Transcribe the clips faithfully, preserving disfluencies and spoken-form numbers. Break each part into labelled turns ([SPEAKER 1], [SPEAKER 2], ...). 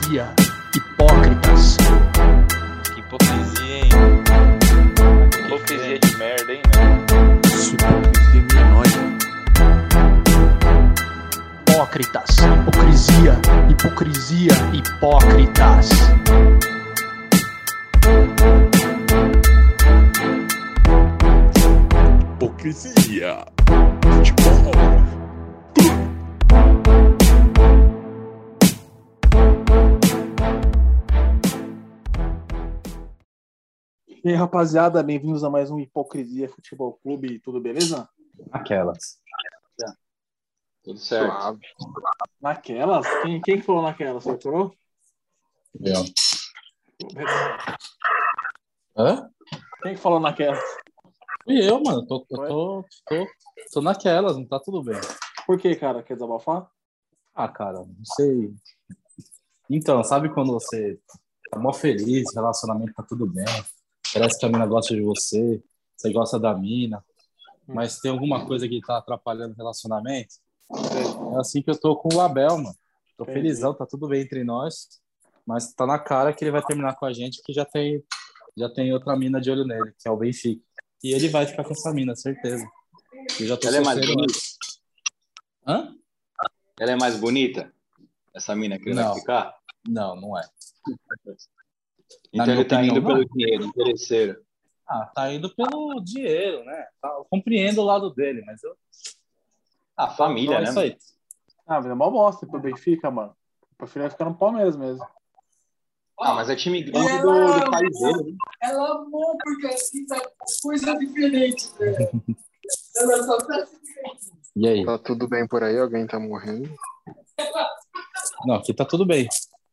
[SPEAKER 1] hipocrisia, hipócritas.
[SPEAKER 2] Que hipocrisia, hein? Hipocrisia de merda, hein, meu?
[SPEAKER 1] Isso, hipocrisia minha noite. Hipócritas, hipocrisia, hipocrisia, hipócritas.
[SPEAKER 3] Hipocrisia. Futebol.
[SPEAKER 4] E aí, rapaziada, bem-vindos a mais um Hipocrisia Futebol Clube, tudo beleza?
[SPEAKER 5] Aquelas.
[SPEAKER 2] Tudo certo.
[SPEAKER 4] Suave. Naquelas? Quem, quem falou naquelas? Foi o
[SPEAKER 5] Eu. Hã?
[SPEAKER 4] Quem que falou naquelas?
[SPEAKER 5] Fui eu, mano. Tô, eu tô, tô, tô naquelas, não tá tudo bem.
[SPEAKER 4] Por que, cara? Quer desabafar?
[SPEAKER 5] Ah, cara, não sei. Então, sabe quando você tá mó feliz, relacionamento tá tudo bem, parece que a mina gosta de você, você gosta da mina, mas tem alguma coisa que tá atrapalhando o relacionamento? É assim que eu tô com o Abel, mano. Tô
[SPEAKER 4] Entendi.
[SPEAKER 5] felizão, tá tudo bem entre nós, mas tá na cara que ele vai terminar com a gente, que já tem, já tem outra mina de olho nele, que é o Benfica. E ele vai ficar com essa mina, certeza. Eu já tô
[SPEAKER 2] Ela é mais
[SPEAKER 5] sofrendo.
[SPEAKER 2] bonita?
[SPEAKER 5] Hã?
[SPEAKER 2] Ela é mais bonita? Essa mina que ele
[SPEAKER 5] Não.
[SPEAKER 2] vai ficar?
[SPEAKER 5] Não, não é.
[SPEAKER 2] Então
[SPEAKER 5] minha
[SPEAKER 2] ele tá
[SPEAKER 5] opinião,
[SPEAKER 2] indo
[SPEAKER 5] não.
[SPEAKER 2] pelo dinheiro, interesseiro.
[SPEAKER 5] Ah, tá indo pelo dinheiro, né? Tá, eu compreendo o lado dele, mas eu.
[SPEAKER 2] Ah, família,
[SPEAKER 5] Então é
[SPEAKER 2] né?
[SPEAKER 5] isso aí.
[SPEAKER 4] Ah, mas é mó bosta pro Benfica, mano. Eu prefiro ficar no Palmeiras mesmo.
[SPEAKER 2] Ah, mas é time grande do, do país dele, né?
[SPEAKER 6] Ela amou porque assim tá coisa diferente, velho. Ela só tá diferente.
[SPEAKER 5] E aí?
[SPEAKER 7] Tá tudo bem por aí? Alguém tá morrendo?
[SPEAKER 5] Não, aqui tá tudo bem.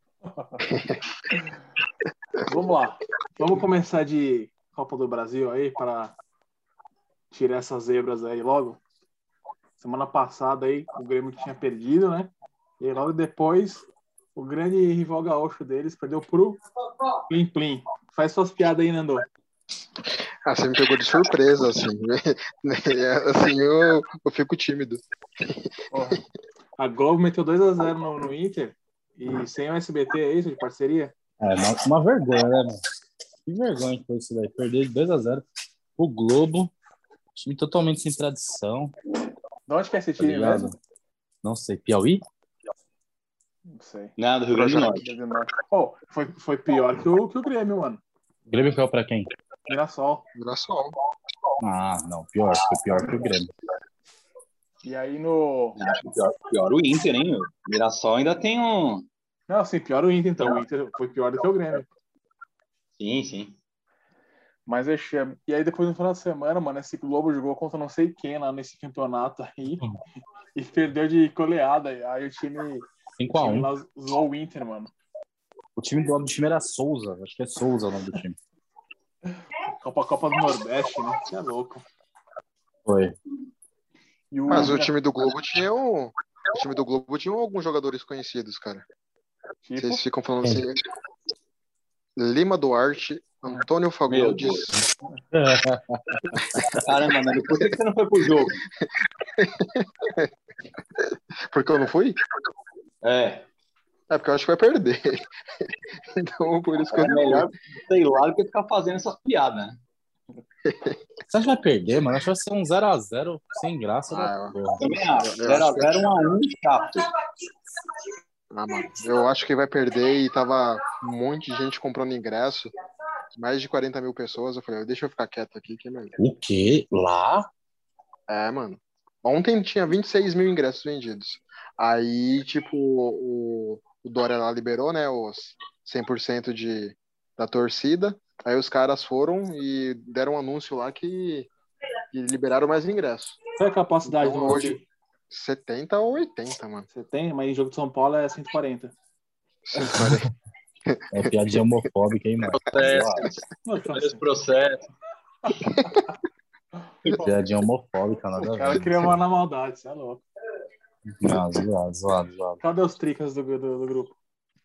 [SPEAKER 4] Vamos lá. Vamos começar de Copa do Brasil aí para tirar essas zebras aí logo. Semana passada aí o Grêmio tinha perdido, né? E aí, logo depois o grande rival gaúcho deles perdeu pro Plim Plim. Faz suas piadas aí, Nando.
[SPEAKER 7] Ah, você me pegou de surpresa, assim. Assim, eu, eu fico tímido.
[SPEAKER 4] Porra. A Globo meteu dois a zero no, no Inter e sem o S B T, é isso, de parceria?
[SPEAKER 5] É uma, uma vergonha, né, mano? Que vergonha que foi isso daí. Perder de dois a zero o Globo. Time totalmente sem tradição.
[SPEAKER 4] De onde que é esse
[SPEAKER 5] Tá
[SPEAKER 4] time
[SPEAKER 5] ligado?
[SPEAKER 4] mesmo?
[SPEAKER 5] Não sei. Piauí?
[SPEAKER 4] Não sei.
[SPEAKER 2] Não, do Rio Grande do Norte.
[SPEAKER 4] Rio Grande do Norte. Pô, foi, foi pior que o, que o Grêmio, mano.
[SPEAKER 5] O Grêmio caiu pra quem?
[SPEAKER 4] Mirassol.
[SPEAKER 7] Mirassol.
[SPEAKER 5] Ah, não. Pior. Foi pior que o Grêmio.
[SPEAKER 4] E aí no...
[SPEAKER 2] Acho que pior, pior o Inter, hein, meu? Mirassol ainda tem um...
[SPEAKER 4] Não, sim, pior o Inter, então. O Inter foi pior do que o Grêmio.
[SPEAKER 2] Sim, sim.
[SPEAKER 4] Mas é chamo. E aí depois no final de semana, mano, esse Globo jogou contra não sei quem lá nesse campeonato aí e perdeu de goleada. Aí o time, o
[SPEAKER 5] cinco a
[SPEAKER 4] time
[SPEAKER 5] um.
[SPEAKER 4] lá zoou o Inter, mano.
[SPEAKER 5] O time do nome do time era Souza. Acho que é Souza o nome do time.
[SPEAKER 4] Copa Copa do Nordeste, né? Você é louco.
[SPEAKER 5] Foi.
[SPEAKER 4] E o...
[SPEAKER 7] Mas o time do Globo tinha um... O time do Globo tinha alguns jogadores conhecidos, cara.
[SPEAKER 4] Tipo,
[SPEAKER 7] Vocês ficam falando assim... Lima Duarte, Antônio Fagundes...
[SPEAKER 2] Caramba, mano, por que que você não foi pro jogo?
[SPEAKER 7] Porque eu não fui?
[SPEAKER 2] É,
[SPEAKER 7] É porque eu acho que vai perder. Então, por isso que eu
[SPEAKER 2] é
[SPEAKER 7] não fui.
[SPEAKER 2] melhor, sei lá, do que ficar fazendo essas piadas, né?
[SPEAKER 5] Você acha que vai perder, mano? Acho que vai ser um zero a zero sem graça da
[SPEAKER 7] Ah,
[SPEAKER 5] porra.
[SPEAKER 2] Também acho.
[SPEAKER 7] Eu
[SPEAKER 2] zero a
[SPEAKER 7] acho que-
[SPEAKER 2] zero, um a um, chato.
[SPEAKER 7] Ah, mano, eu acho que vai perder e tava um monte de gente comprando ingresso. Mais de quarenta mil pessoas. Eu falei, deixa eu ficar quieto aqui, que é melhor.
[SPEAKER 5] O quê? Lá?
[SPEAKER 7] É, mano. Ontem tinha vinte e seis mil ingressos vendidos. Aí, tipo, o, o Dória lá liberou, né, os cem por cento de, da torcida. Aí os caras foram e deram um anúncio lá que, que liberaram mais ingressos.
[SPEAKER 4] qual é a capacidade
[SPEAKER 7] Então,
[SPEAKER 4] do
[SPEAKER 7] hoje-
[SPEAKER 4] hoje?
[SPEAKER 7] setenta ou oitenta, mano.
[SPEAKER 4] Você tem, mas em jogo de São Paulo é cento e quarenta.
[SPEAKER 7] cento e quarenta.
[SPEAKER 5] É piadinha homofóbica, hein, mano?
[SPEAKER 4] Mano,
[SPEAKER 2] Vários processos.
[SPEAKER 5] Piadinha homofóbica, nada
[SPEAKER 4] o
[SPEAKER 5] a
[SPEAKER 4] cara
[SPEAKER 5] ver.
[SPEAKER 4] cria uma na maldade, você é louco.
[SPEAKER 5] Não, zoado, zoado, zoado.
[SPEAKER 4] Cadê os tricas do, do, do grupo?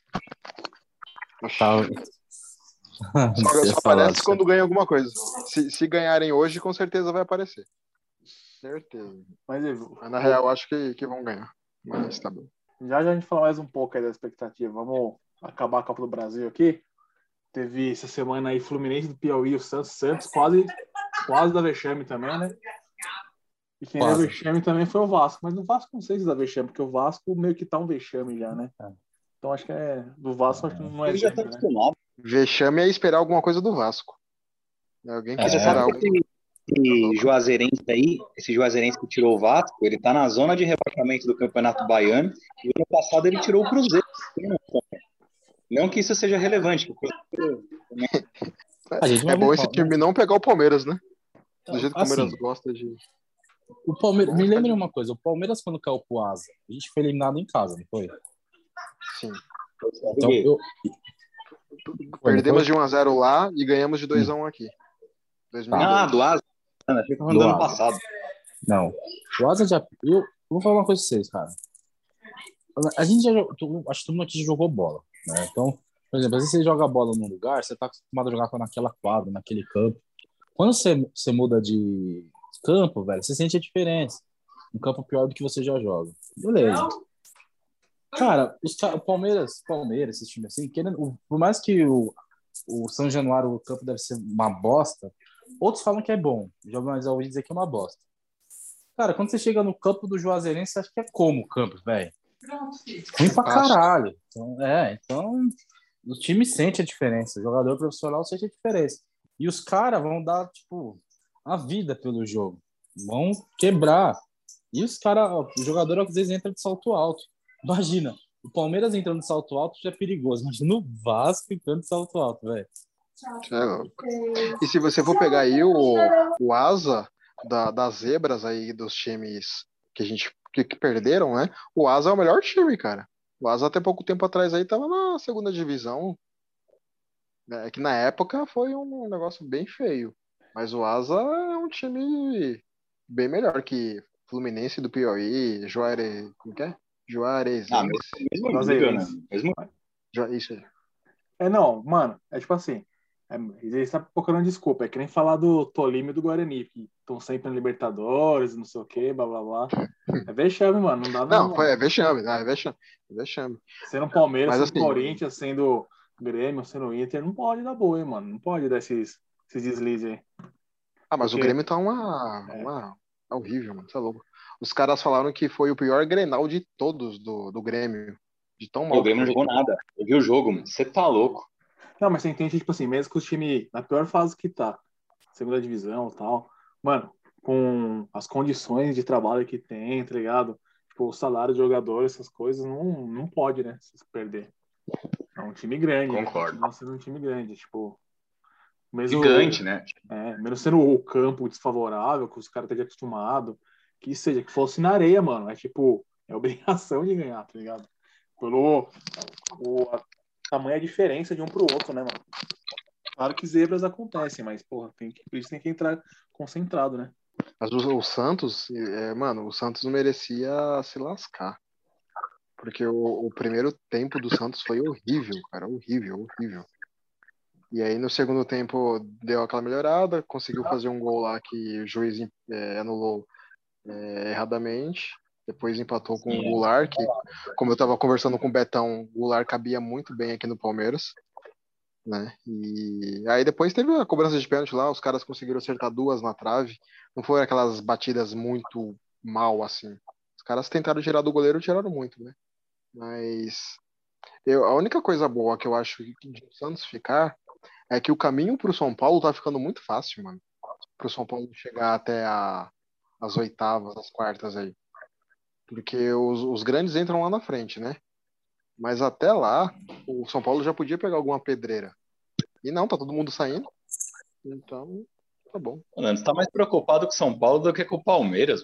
[SPEAKER 5] Tá...
[SPEAKER 7] Só,
[SPEAKER 5] Você
[SPEAKER 7] só
[SPEAKER 5] falar,
[SPEAKER 7] aparece quando ganha alguma coisa. Se, se ganharem hoje, com certeza vai aparecer. Certeza.
[SPEAKER 4] Mas, é,
[SPEAKER 7] Mas na real, eu acho que, que vão ganhar. Mas tá bom.
[SPEAKER 4] Já já a gente fala mais um pouco aí da expectativa. Vamos acabar a Copa do Brasil aqui. Teve essa semana aí Fluminense do Piauí, o Santos, Santos quase, quase da vexame também, né? E quem deu
[SPEAKER 5] Quase.
[SPEAKER 4] vexame também foi o Vasco. Mas no Vasco não sei se dá vexame, porque o Vasco meio que tá um vexame já, né?
[SPEAKER 5] É.
[SPEAKER 4] Então acho que é... Do Vasco acho que não é
[SPEAKER 2] Ele já tá
[SPEAKER 4] sempre, né?
[SPEAKER 2] acostumado.
[SPEAKER 7] Vexame é esperar alguma coisa do Vasco. Alguém que
[SPEAKER 5] É.
[SPEAKER 2] Você
[SPEAKER 7] espera
[SPEAKER 2] sabe
[SPEAKER 7] algo.
[SPEAKER 2] que esse, esse Juazeirense aí, esse Juazeirense que tirou o Vasco, ele tá na zona de rebaixamento do Campeonato Baiano. E ano passado ele tirou o Cruzeiro. Não que isso seja relevante. porque
[SPEAKER 5] A gente vai
[SPEAKER 7] É bom
[SPEAKER 5] ver
[SPEAKER 7] esse
[SPEAKER 5] qual, né?
[SPEAKER 7] time não pegar o Palmeiras, né? Do jeito que o
[SPEAKER 5] Assim,
[SPEAKER 7] Palmeiras gosta de.
[SPEAKER 5] o Palmeiras, me lembre uma coisa, o Palmeiras quando caiu pro Asa, a gente foi eliminado em casa, não foi?
[SPEAKER 7] Sim.
[SPEAKER 5] Então, eu... Foi, não
[SPEAKER 7] Perdemos
[SPEAKER 5] foi?
[SPEAKER 7] de um a zero lá e ganhamos de dois a um aqui. dois mil e
[SPEAKER 2] Ah,
[SPEAKER 7] dois.
[SPEAKER 2] do Asa. Achei que tava
[SPEAKER 5] Do
[SPEAKER 2] do ano
[SPEAKER 5] Asa.
[SPEAKER 2] passado.
[SPEAKER 5] Não. O Asa já... Eu vou falar uma coisa pra vocês, cara. A gente já... jogou- Acho que todo mundo aqui já jogou bola, né? Então, por exemplo, às vezes você joga bola num lugar, você tá acostumado a jogar naquela quadra, naquele campo. Quando você, você muda de campo, velho, você sente a diferença. Um campo pior do que você já joga. Beleza. Cara, os, ca- o Palmeiras, Palmeiras, esse time assim, querendo, o- por mais que o, o São Januário, o campo deve ser uma bosta, outros falam que é bom. Já mas eu ouvi dizer que é uma bosta. Cara, quando você chega no campo do Juazeirense, você acha que é como o campo, velho? Ruim pra
[SPEAKER 7] Pasto.
[SPEAKER 5] caralho. Então, é, então o time sente a diferença. O jogador profissional sente a diferença. E os caras vão dar, tipo, a vida pelo jogo. Vão quebrar. E os caras, o jogador às vezes entra de salto alto. Imagina, o Palmeiras entrando de salto alto já é perigoso. Imagina o Vasco entrando de salto alto, velho.
[SPEAKER 7] É louco. E se você for pegar aí o, o asa da- das zebras aí dos times que a gente que, que perderam, né? O asa é o melhor time, cara. O asa até pouco tempo atrás aí tava na segunda divisão. É que na época foi um negócio bem feio. Mas o asa é um time bem melhor que Fluminense do Piauí, Juarez, como que é?
[SPEAKER 2] Ah,
[SPEAKER 7] Juarezense.
[SPEAKER 2] mesmo, mesmo nível, né?
[SPEAKER 4] Juazeirense.
[SPEAKER 2] Mesmo...
[SPEAKER 7] Ju- Isso aí.
[SPEAKER 4] É, não, mano, é tipo assim, é, eles estão procurando desculpa, é que nem falar do Tolima e do Guarani, que estão sempre na Libertadores, não sei o que, blá blá blá. É vexame, mano, não dá não,
[SPEAKER 7] Não, foi,
[SPEAKER 4] mano.
[SPEAKER 7] é vexame, né? É vexame. É vexame.
[SPEAKER 4] Sendo Palmeiras,
[SPEAKER 7] Mas
[SPEAKER 4] sendo
[SPEAKER 7] assim,
[SPEAKER 4] Corinthians, sendo Grêmio, sendo Inter, não pode dar boa, hein, mano, não pode dar esses, esses deslizes aí.
[SPEAKER 7] ah, mas o
[SPEAKER 4] Porque-
[SPEAKER 7] Grêmio tá uma,
[SPEAKER 4] É.
[SPEAKER 7] uma. Tá horrível, mano. Tá louco. Os caras falaram que foi o pior Grenal de todos do, do Grêmio. De tão mal.
[SPEAKER 2] O Grêmio não jogou nada. Eu vi o jogo, mano. Você tá louco.
[SPEAKER 4] Não, mas você entende, tipo assim, mesmo com o time na pior fase que tá, segunda divisão e tal, mano, com as condições de trabalho que tem, tá ligado? Tipo, o salário de jogador, essas coisas, não, não pode, né, se perder. É um time grande,
[SPEAKER 2] Concordo.
[SPEAKER 4] né? Continua sendo um time grande, tipo, mesmo,
[SPEAKER 2] Gigante, né?
[SPEAKER 4] é, mesmo sendo o campo desfavorável, que os caras estejam acostumados, que seja, que fosse na areia, mano, é tipo, é obrigação de ganhar, tá ligado? Pelo o, a tamanha diferença de um pro outro, né, mano? Claro que zebras acontecem, mas, porra, tem que, por isso tem que entrar concentrado, né?
[SPEAKER 7] Mas o, o Santos, é, mano, o Santos não merecia se lascar. Porque o, o primeiro tempo do Santos foi horrível, cara. Horrível, horrível. E aí no segundo tempo deu aquela melhorada, conseguiu fazer um gol lá que o juiz é, anulou é, erradamente. Depois empatou com o Goulart, que, como eu tava conversando com o Betão, o Goulart cabia muito bem aqui no Palmeiras. Né? E aí depois teve a cobrança de pênalti lá, os caras conseguiram acertar duas na trave. Não foram aquelas batidas muito mal assim. Os caras tentaram tirar do goleiro, tiraram muito, né? Mas eu, a única coisa boa que eu acho que de o Santos ficar é que o caminho pro São Paulo tá ficando muito fácil, mano. Pro São Paulo chegar até a, as oitavas, as quartas aí. Porque os, os grandes entram lá na frente, né? Mas até lá, o São Paulo já podia pegar alguma pedreira. E não, tá todo mundo saindo. Então, tá bom.
[SPEAKER 2] Mano, você tá mais preocupado com o São Paulo do que com o Palmeiras.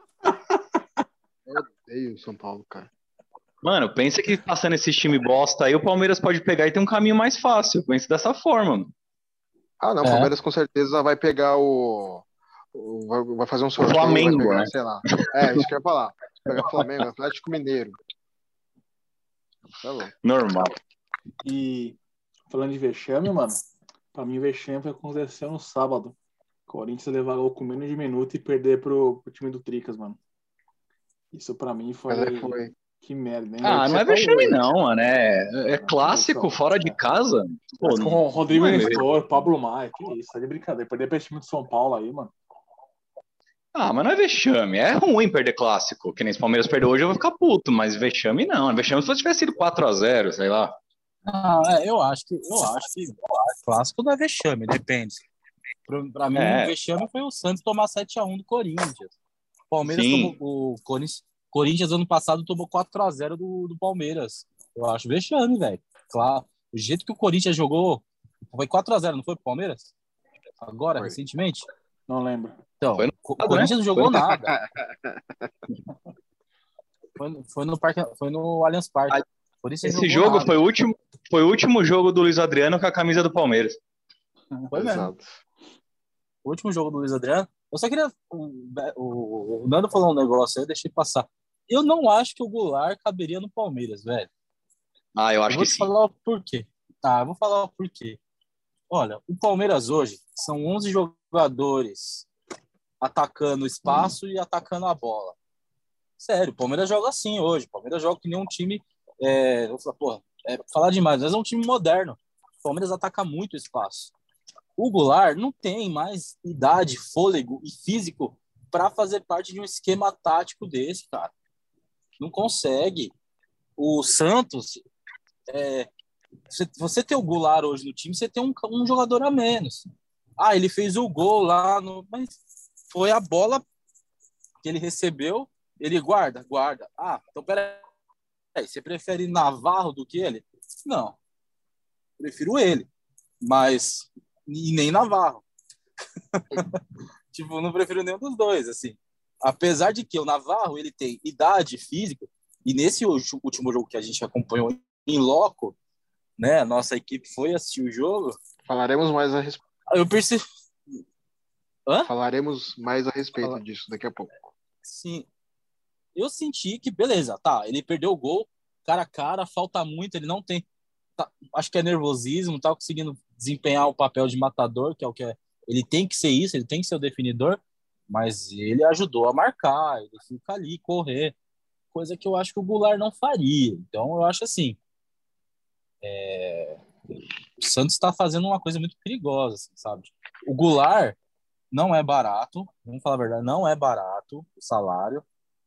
[SPEAKER 7] Eu odeio o São Paulo, cara.
[SPEAKER 2] Mano, pensa que passando esse time bosta aí, o Palmeiras pode pegar e ter um caminho mais fácil. Pensa dessa forma, mano.
[SPEAKER 7] Ah, não, o
[SPEAKER 5] É.
[SPEAKER 7] Palmeiras com certeza vai pegar o. o- vai, vai fazer um sorteio,
[SPEAKER 2] Flamengo,
[SPEAKER 7] vai pegar,
[SPEAKER 2] né?
[SPEAKER 7] sei lá. É, isso que eu ia falar. Vai pegar Flamengo, Atlético Mineiro. Tá bom.
[SPEAKER 2] Normal.
[SPEAKER 4] E falando de vexame, mano, pra mim o vexame foi acontecer no sábado. Corinthians levar gol com menos de minuto e perder pro, pro time do Tricas, mano. Isso pra mim foi,
[SPEAKER 7] Mas aí foi.
[SPEAKER 4] Que merda, hein?
[SPEAKER 2] Ah, não é
[SPEAKER 7] Você
[SPEAKER 2] vexame
[SPEAKER 7] falou.
[SPEAKER 2] não, mano. É, é clássico, fora de casa. Pô,
[SPEAKER 4] Mas com o Rodrigo
[SPEAKER 2] não é
[SPEAKER 4] Nestor, Pablo Maia, que isso, tá de brincadeira. Perder pra esse time de São Paulo aí, mano.
[SPEAKER 2] Ah, mas não é vexame. É ruim perder clássico. Que nem se o Palmeiras perder hoje, eu vou ficar puto. Mas vexame não. Vexame se tivesse sido quatro a zero, sei lá.
[SPEAKER 5] Ah, é, eu acho que eu acho que clássico não é vexame, depende. Pra, pra mim, o
[SPEAKER 2] É,
[SPEAKER 5] vexame foi o Santos tomar sete a um do Corinthians. O Palmeiras tomou.
[SPEAKER 2] sim.
[SPEAKER 5] O Corinthians, Corinthians ano passado tomou quatro a zero do, do Palmeiras. Eu acho vexame, velho. Claro. O jeito que o Corinthians jogou. Foi quatro a zero, não foi pro Palmeiras? Agora,
[SPEAKER 7] Foi.
[SPEAKER 5] recentemente?
[SPEAKER 4] Não lembro.
[SPEAKER 5] Então,
[SPEAKER 2] Foi no
[SPEAKER 5] o
[SPEAKER 2] passado,
[SPEAKER 5] Corinthians
[SPEAKER 2] né?
[SPEAKER 5] não
[SPEAKER 2] Foi
[SPEAKER 5] jogou
[SPEAKER 2] no...
[SPEAKER 5] nada. Foi, no- foi no Parque, foi no Allianz Parque. O Corinthians não
[SPEAKER 2] Esse
[SPEAKER 5] jogou
[SPEAKER 2] jogo
[SPEAKER 5] nada.
[SPEAKER 2] foi o último, foi o último jogo do Luiz Adriano com a camisa do Palmeiras.
[SPEAKER 5] Foi mesmo.
[SPEAKER 7] Exato.
[SPEAKER 5] O último jogo do Luiz Adriano. Eu só queria. O, o, o Nando falou um negócio aí, eu deixei passar. Eu não acho que o Goulart caberia no Palmeiras, velho.
[SPEAKER 2] Ah, eu
[SPEAKER 5] Eu
[SPEAKER 2] acho
[SPEAKER 5] vou
[SPEAKER 2] que
[SPEAKER 5] te
[SPEAKER 2] sim.
[SPEAKER 5] falar o porquê. Tá, eu vou falar o porquê. Olha, o Palmeiras hoje são onze jogadores atacando o espaço e atacando a bola. Sério, o Palmeiras joga assim hoje. O Palmeiras joga que nem um time. É, eu vou falar, porra, é falar demais, mas é um time moderno. O Palmeiras ataca muito o espaço. O Goulart não tem mais idade, fôlego e físico para fazer parte de um esquema tático desse, cara. Não consegue. O Santos, é, você, você ter o Goulart hoje no time, você tem um, um jogador a menos. Ah, ele fez o gol lá, no, mas foi a bola que ele recebeu, ele guarda, guarda. Ah, então peraí, você prefere Navarro do que ele? Não, prefiro ele, mas e nem Navarro. Tipo, não prefiro nenhum dos dois, assim. Apesar de que o Navarro, ele tem idade física, e nesse último jogo que a gente acompanhou em loco, né, a nossa equipe foi assistir o jogo,
[SPEAKER 7] Falaremos mais a respeito.
[SPEAKER 5] eu percebi... Hã?
[SPEAKER 7] Falaremos mais a respeito
[SPEAKER 5] Fala.
[SPEAKER 7] disso daqui a pouco.
[SPEAKER 5] Sim. Eu senti que, beleza, tá, ele perdeu o gol, cara a cara, falta muito, ele não tem... Tá, acho que é nervosismo, tá conseguindo desempenhar o papel de matador, que é o que é... Ele tem que ser isso, ele tem que ser o definidor, mas ele ajudou a marcar, ele fica ali, correr, coisa que eu acho que o Goulart não faria. Então, eu acho assim, é... o Santos está fazendo uma coisa muito perigosa, assim, sabe? O Goulart não é barato, vamos falar a verdade, não é barato o salário,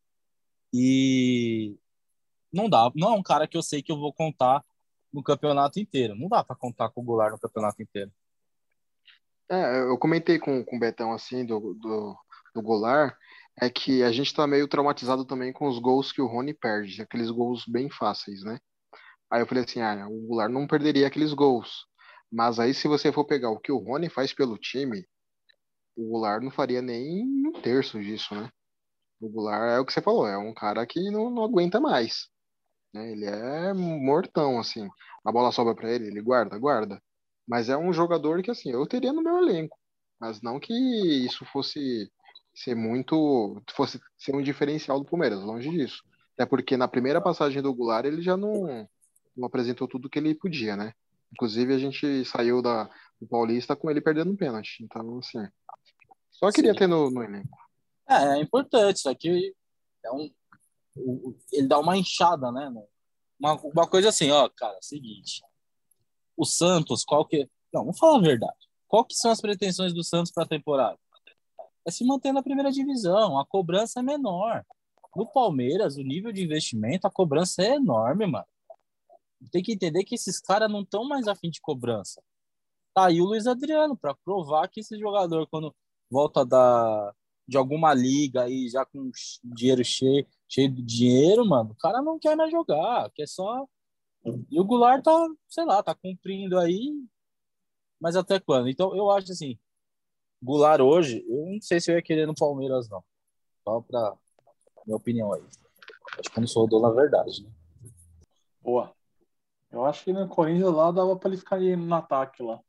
[SPEAKER 5] e não dá, não é um cara que eu sei que eu vou contar no campeonato inteiro. Não dá para contar com o Goulart no campeonato inteiro.
[SPEAKER 7] É, eu comentei com, com o Betão assim do, do, do Goulart, é que a gente tá meio traumatizado também com os gols que o Rony perde, aqueles gols bem fáceis, né? Aí eu falei assim, ah, o Goulart não perderia aqueles gols. Mas aí se você for pegar o que o Rony faz pelo time, o Goulart não faria nem um terço disso, né? O Goulart é o que você falou, é um cara que não, não aguenta mais, né? Ele é mortão, assim. A bola sobra pra ele, ele guarda, guarda. Mas é um jogador que, assim, eu teria no meu elenco. Mas não que isso fosse ser muito... fosse ser um diferencial do Palmeiras, longe disso. Até porque na primeira passagem do Goulart ele já não, não apresentou tudo que ele podia, né? Inclusive a gente saiu da, do Paulista com ele perdendo um pênalti. Então, assim, só queria
[SPEAKER 5] Sim.
[SPEAKER 7] ter no, no elenco.
[SPEAKER 5] É, é importante, só que é um, o- o- ele dá uma inchada, né? Uma, uma coisa assim, ó, cara, seguinte. O Santos, qual que... Não, vamos falar a verdade. Qual que são as pretensões do Santos para a temporada? É se manter na primeira divisão, a cobrança é menor. No Palmeiras, o nível de investimento, a cobrança é enorme, mano. Tem que entender que esses caras não estão mais afim de cobrança. Tá aí o Luiz Adriano, para provar que esse jogador, quando volta da, de alguma liga aí, já com dinheiro cheio, cheio de dinheiro, mano, o cara não quer mais jogar, quer só... E o Goulart tá, sei lá, tá cumprindo aí, mas até quando? Então, eu acho assim, Goulart hoje, eu não sei se eu ia querer no Palmeiras, não. Só pra minha opinião aí. Acho que eu não sou o dono da verdade, né?
[SPEAKER 4] Boa. Eu acho que no Corinthians lá dava pra ele ficar aí no ataque lá.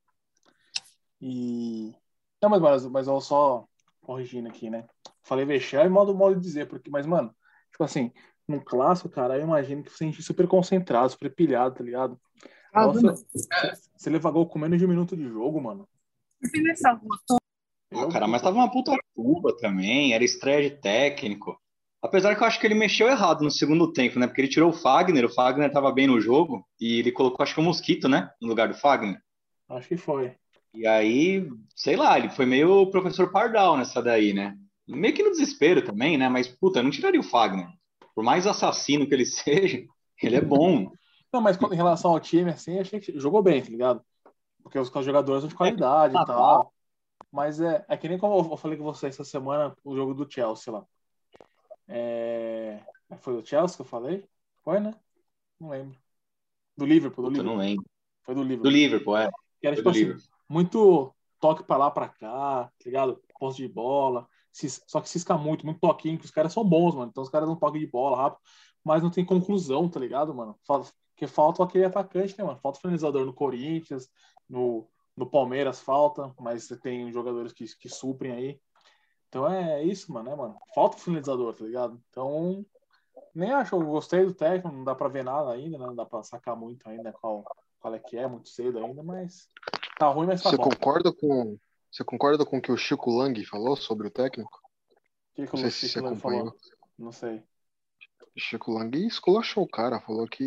[SPEAKER 4] E... Não, mas, mas, mas eu só corrigindo aqui, né? Falei vexame, modo, modo de dizer, porque, mas, mano, tipo assim, num clássico, cara, eu imagino que você enche super concentrado, super pilhado, tá ligado?
[SPEAKER 7] Ah,
[SPEAKER 4] Nossa, você leva gol com menos de um minuto de jogo, mano.
[SPEAKER 2] Ah, cara, mas tava uma puta chuva também, era estreia de técnico. Apesar que eu acho que ele mexeu errado no segundo tempo, né? Porque ele tirou o Fagner, o Fagner tava bem no jogo, e ele colocou, acho que o Mosquito, né? No lugar do Fagner.
[SPEAKER 4] Acho que foi.
[SPEAKER 2] E aí, sei lá, ele foi meio professor Pardal nessa daí, né? Meio que no desespero também, né? Mas, puta, eu não tiraria o Fagner. Por mais assassino que ele seja, ele é bom.
[SPEAKER 4] Não, mas quando- em relação ao time, assim, achei que jogou bem, tá ligado? Porque os os jogadores são de qualidade
[SPEAKER 2] Ah,
[SPEAKER 4] e tal. Mas é, é que nem como eu falei com você essa semana, o jogo do Chelsea lá. É... Foi do Chelsea que eu falei? Foi, né? Não lembro. Do Liverpool, do
[SPEAKER 2] Puta, eu
[SPEAKER 4] Liverpool.
[SPEAKER 2] não lembro.
[SPEAKER 4] Foi do
[SPEAKER 2] Do
[SPEAKER 4] Liverpool.
[SPEAKER 2] Liverpool, é.
[SPEAKER 4] Que era,
[SPEAKER 2] Foi
[SPEAKER 4] tipo
[SPEAKER 2] do
[SPEAKER 4] assim,
[SPEAKER 2] Liverpool.
[SPEAKER 4] muito toque pra lá, pra cá, tá ligado? Posse de bola. Cis- Só que cisca muito, muito toquinho, que os caras são bons, mano. Então os caras dão toque de bola rápido, mas não tem conclusão, tá ligado, mano? Falta, porque falta aquele atacante, né, mano? Falta o finalizador no Corinthians, no, no Palmeiras falta, mas você tem jogadores que, que suprem aí. Então é isso, mano, né, mano? Falta o finalizador, tá ligado? Então, nem acho, eu gostei do técnico, não dá pra ver nada ainda, né? Não dá pra sacar muito ainda qual, qual é que é, muito cedo ainda, mas tá ruim, mas tá
[SPEAKER 7] Você
[SPEAKER 4] bom.
[SPEAKER 7] concorda com você concorda com o que o Chico Lang falou sobre o técnico?
[SPEAKER 4] O que, que
[SPEAKER 7] Não
[SPEAKER 4] o
[SPEAKER 7] sei se
[SPEAKER 4] Chico
[SPEAKER 7] você
[SPEAKER 4] Lang
[SPEAKER 7] acompanhou.
[SPEAKER 4] falou? Não sei.
[SPEAKER 7] O Chico Lang esculachou o cara, falou que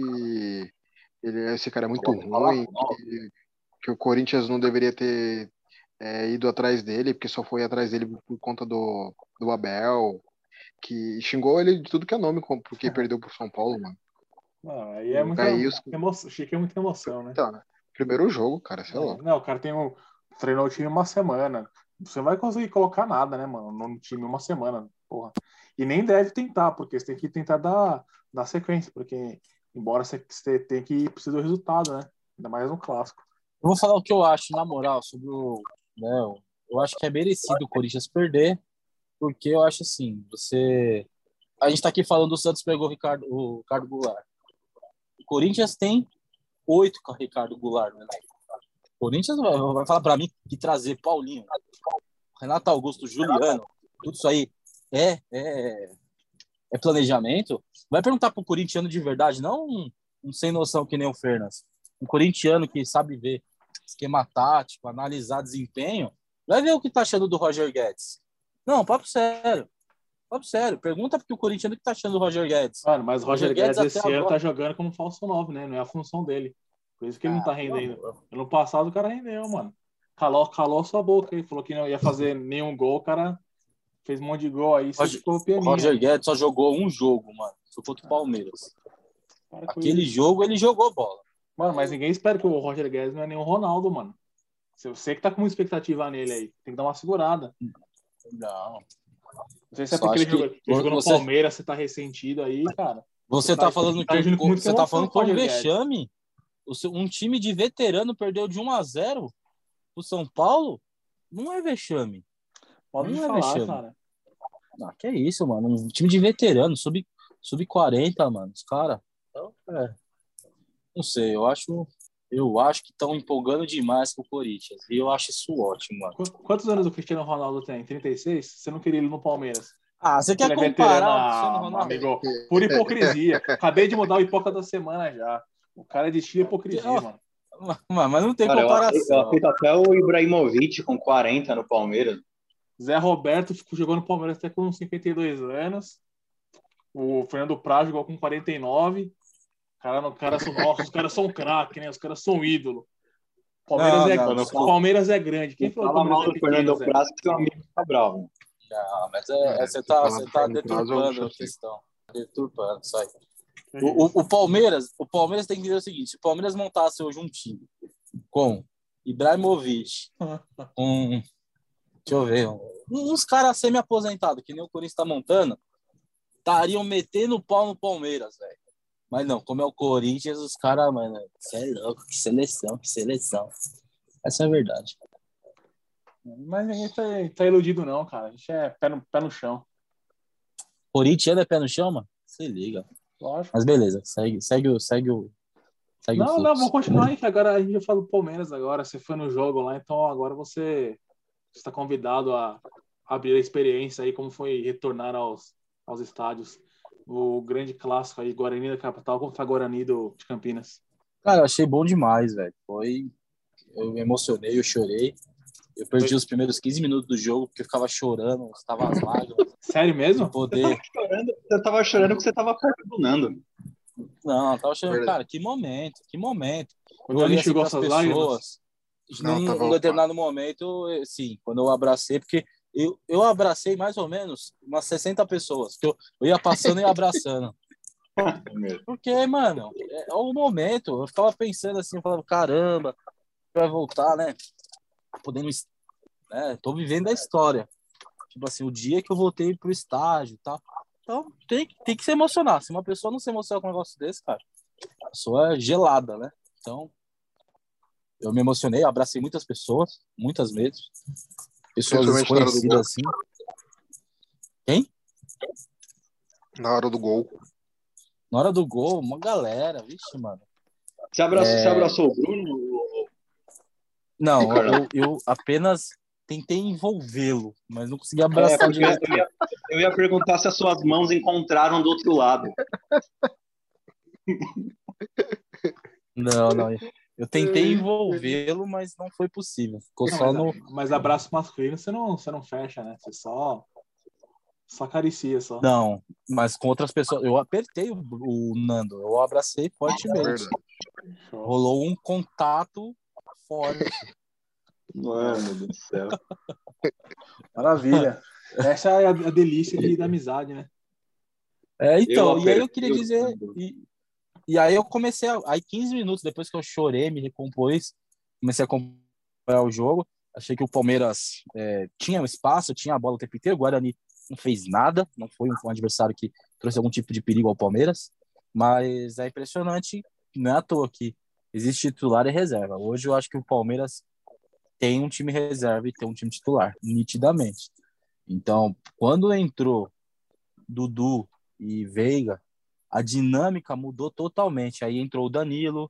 [SPEAKER 7] ele, esse cara é muito
[SPEAKER 2] Pode falar,
[SPEAKER 7] ruim,
[SPEAKER 2] não.
[SPEAKER 7] que, que o Corinthians não deveria ter é, ido atrás dele, porque só foi atrás dele por conta do, do Abel, que xingou ele de tudo que é nome, como- porque perdeu pro São Paulo, mano.
[SPEAKER 4] Não, aí é muita
[SPEAKER 7] Aí os,
[SPEAKER 4] emoção. Chico é muita emoção, né?
[SPEAKER 7] então, né? Primeiro jogo, cara, sei
[SPEAKER 4] É,
[SPEAKER 7] lá.
[SPEAKER 4] não, o cara tem um, treinou o time uma semana. Você não vai conseguir colocar nada, né, mano, no time uma semana, porra. E nem deve tentar, porque você tem que tentar dar, dar sequência, porque embora você, você tenha que precisar do resultado, né? Ainda mais no clássico.
[SPEAKER 5] Eu vou falar o que eu acho, na moral, sobre o. Né, eu acho que é merecido o Corinthians perder, porque eu acho assim, você. A gente tá aqui falando do Santos pegou o Ricardo, o Ricardo Goulart. O Corinthians tem oito com o Ricardo Goulart, né? O Corinthians vai, vai falar pra mim que trazer Paulinho, Renato Augusto, Juliano, tudo isso aí é, é, é planejamento. Vai perguntar pro corintiano de verdade, não um, um sem noção que nem o Fernas. Um corintiano que sabe ver esquema tático, analisar desempenho, vai ver o que tá achando do Roger Guedes. Não, papo sério. Papo sério. Pergunta pro corintiano o que tá achando do Roger Guedes.
[SPEAKER 4] Mano, mas o Roger,
[SPEAKER 5] Roger
[SPEAKER 4] Guedes,
[SPEAKER 5] Guedes
[SPEAKER 4] esse
[SPEAKER 5] até
[SPEAKER 4] ano
[SPEAKER 5] agora...
[SPEAKER 4] tá jogando como falso nove, né? Não é a função dele. Por isso que ele não tá
[SPEAKER 5] Ah,
[SPEAKER 4] rendendo.
[SPEAKER 5] pelo amor.
[SPEAKER 4] Ano passado o cara rendeu, mano. Calou, calou sua boca aí. Falou que não ia fazer nenhum gol, o cara fez um monte de gol aí, você
[SPEAKER 5] Roger,
[SPEAKER 4] ficou
[SPEAKER 5] o
[SPEAKER 4] pianinho.
[SPEAKER 5] Roger Guedes só jogou um jogo, mano. Foi contra o Palmeiras.
[SPEAKER 4] Para com
[SPEAKER 5] Aquele
[SPEAKER 4] isso.
[SPEAKER 5] jogo ele jogou bola.
[SPEAKER 4] Mano, mas ninguém espera que o Roger Guedes não é nenhum Ronaldo, mano. Você que tá com uma expectativa nele aí, tem que dar uma segurada.
[SPEAKER 5] Não.
[SPEAKER 4] Não sei se é
[SPEAKER 5] Só
[SPEAKER 4] porque ele
[SPEAKER 5] acho
[SPEAKER 4] jogou,
[SPEAKER 5] que
[SPEAKER 4] ele jogou no
[SPEAKER 5] você,
[SPEAKER 4] Palmeiras, você tá ressentido aí, cara.
[SPEAKER 5] você tá falando
[SPEAKER 4] tá
[SPEAKER 5] que
[SPEAKER 4] agindo com
[SPEAKER 5] um,
[SPEAKER 4] muita
[SPEAKER 5] você tá
[SPEAKER 4] emoção
[SPEAKER 5] falando
[SPEAKER 4] com
[SPEAKER 5] que
[SPEAKER 4] o
[SPEAKER 5] é um
[SPEAKER 4] Roger Guedes.
[SPEAKER 5] vexame. O seu- Um time de veterano perdeu de um a zero pro São Paulo? Não é vexame.
[SPEAKER 4] Pode
[SPEAKER 5] Não é
[SPEAKER 4] falar,
[SPEAKER 5] vexame.
[SPEAKER 4] cara.
[SPEAKER 5] Ah, que é isso, mano. Um time de veterano, sub, sub quarenta, mano. Os caras. É, não sei, eu acho. Eu acho que estão empolgando demais com o Corinthians. E eu acho isso ótimo, mano.
[SPEAKER 4] Qu- Quantos anos o Cristiano Ronaldo tem? trinta e seis? Você não queria ele no Palmeiras?
[SPEAKER 5] Ah, você quer
[SPEAKER 4] Ele é veterano,
[SPEAKER 5] comparar o Cristiano
[SPEAKER 4] ah,
[SPEAKER 5] Ronaldo?
[SPEAKER 4] amigo. Por hipocrisia. Acabei de mudar o hipoca da semana já. O cara é de estilo hipocrisia,
[SPEAKER 5] Ó,
[SPEAKER 4] mano.
[SPEAKER 5] Mas não tem
[SPEAKER 2] Cara, eu aceito, eu
[SPEAKER 5] comparação.
[SPEAKER 2] aceito até o Ibrahimovic com quarenta no Palmeiras.
[SPEAKER 4] Zé Roberto ficou jogando no Palmeiras até com cinquenta e dois anos. O Fernando Praz jogou com quarenta e nove. Cara, o cara são, nossa, os caras são craque, né? Os caras são ídolo. Palmeiras,
[SPEAKER 5] Não,
[SPEAKER 4] é,
[SPEAKER 5] não,
[SPEAKER 2] não fala-
[SPEAKER 4] Palmeiras é grande. Quem
[SPEAKER 2] Não
[SPEAKER 4] falou que o
[SPEAKER 2] fala mal
[SPEAKER 4] Palmeiras
[SPEAKER 2] do
[SPEAKER 4] é pequeno,
[SPEAKER 2] Fernando
[SPEAKER 4] Zé?
[SPEAKER 2] Praz que seu amigo fica bravo.
[SPEAKER 5] Não, mas é, é-
[SPEAKER 7] É,
[SPEAKER 5] você
[SPEAKER 7] se
[SPEAKER 5] tá,
[SPEAKER 7] falar
[SPEAKER 5] você
[SPEAKER 7] do
[SPEAKER 5] tá
[SPEAKER 7] Fernando Praz, eu
[SPEAKER 5] deturpando a
[SPEAKER 7] acho que-
[SPEAKER 5] questão. Deturpando, isso aí. O, o, o Palmeiras, o Palmeiras tem que dizer o seguinte: se o Palmeiras montasse hoje um time com Ibrahimovic, um, deixa eu ver, um- uns caras semi-aposentados, que nem o Corinthians tá montando, estariam metendo o pau no Palmeiras, velho. Mas não, como é o Corinthians, os caras, mano, você é louco, que seleção, que seleção. Essa é a verdade.
[SPEAKER 4] Mas ninguém tá, tá iludido, não, cara. A gente é pé no, pé no chão.
[SPEAKER 5] Corinthians é pé no chão, mano? Se liga.
[SPEAKER 4] Lógico.
[SPEAKER 5] Mas beleza, segue, segue, o, segue, o, segue o
[SPEAKER 4] Não,
[SPEAKER 5] fluxo.
[SPEAKER 4] não, vamos continuar aí, que agora a gente já fala do Palmeiras agora. Você foi no jogo lá, então agora você está convidado a abrir a experiência aí, como foi retornar aos, aos estádios. O grande clássico aí, Guarani da capital contra Guarani do, de Campinas.
[SPEAKER 5] Cara, eu achei bom demais, velho. Foi. Eu me emocionei, eu chorei. Eu perdi os primeiros quinze minutos do jogo porque eu ficava chorando, estava as lágrimas.
[SPEAKER 4] Sério mesmo?
[SPEAKER 5] De poder.
[SPEAKER 2] Chorando, eu tava chorando porque você tava perto do Nando.
[SPEAKER 5] Não, eu tava chorando,
[SPEAKER 7] Verdade.
[SPEAKER 5] cara, que momento, que momento.
[SPEAKER 4] O
[SPEAKER 5] Eu
[SPEAKER 4] Dani
[SPEAKER 5] olhei assim
[SPEAKER 4] chegou
[SPEAKER 5] pras
[SPEAKER 4] às suas lágrimas?
[SPEAKER 5] pessoas.
[SPEAKER 7] Não,
[SPEAKER 5] em,
[SPEAKER 7] tava
[SPEAKER 5] em determinado momento, eu- sim, quando eu abracei, porque eu, eu abracei mais ou menos umas sessenta pessoas, que eu, eu ia passando e abraçando. Porque, mano, é, é o momento. Eu ficava pensando assim, eu falava, caramba, vai voltar, né? Podendo, né? Tô vivendo a história. Tipo assim, o dia que eu voltei pro estágio e tal. Então, tem, tem que se emocionar. Se uma pessoa não se emocionar com um negócio desse, cara, a pessoa é gelada, né? Então, eu me emocionei, eu abracei muitas pessoas, muitas mesmo. Pessoas
[SPEAKER 7] Principalmente na hora do gol.
[SPEAKER 5] desconhecidas, assim. Quem?
[SPEAKER 7] Na hora do gol.
[SPEAKER 5] Na hora do gol, uma galera, vixe, mano.
[SPEAKER 2] Você abraçou,
[SPEAKER 5] É.
[SPEAKER 2] você abraçou o Bruno?
[SPEAKER 5] Não,
[SPEAKER 2] Ricardo.
[SPEAKER 5] eu, eu apenas tentei envolvê-lo, mas não consegui
[SPEAKER 2] É,
[SPEAKER 5] abraçar
[SPEAKER 2] porque eu ia,
[SPEAKER 5] direito.
[SPEAKER 2] eu ia- eu ia perguntar se as suas mãos encontraram do outro lado.
[SPEAKER 5] Não, não. Eu tentei envolvê-lo, mas não foi possível. Ficou
[SPEAKER 4] Não,
[SPEAKER 5] só
[SPEAKER 4] mas,
[SPEAKER 5] no.
[SPEAKER 4] mas abraço masculino você não, você não fecha, né? Você só, só acaricia, só.
[SPEAKER 5] Não, mas com outras pessoas. Eu apertei o, o Nando, eu abracei fortemente.
[SPEAKER 7] Verdade.
[SPEAKER 4] Show.
[SPEAKER 5] Rolou um contato forte.
[SPEAKER 2] Mano do céu.
[SPEAKER 4] Maravilha. Essa é a, a delícia de, da amizade, né?
[SPEAKER 5] É, então,
[SPEAKER 2] Eu
[SPEAKER 5] e aí eu
[SPEAKER 2] apertei
[SPEAKER 5] queria
[SPEAKER 2] o
[SPEAKER 5] dizer.
[SPEAKER 2] Nando.
[SPEAKER 5] E, e aí eu comecei. A, aí quinze minutos depois que eu chorei, me recompôs, comecei a acompanhar o jogo. Achei que o Palmeiras é, tinha um espaço, tinha a bola o tempo inteiro. O Guarani não fez nada, não foi um, um adversário que trouxe algum tipo de perigo ao Palmeiras. Mas é impressionante, não é à toa que existe titular e reserva. Hoje eu acho que o Palmeiras tem um time reserva e tem um time titular, nitidamente. Então, quando entrou Dudu e Veiga, a dinâmica mudou totalmente. Aí entrou o Danilo,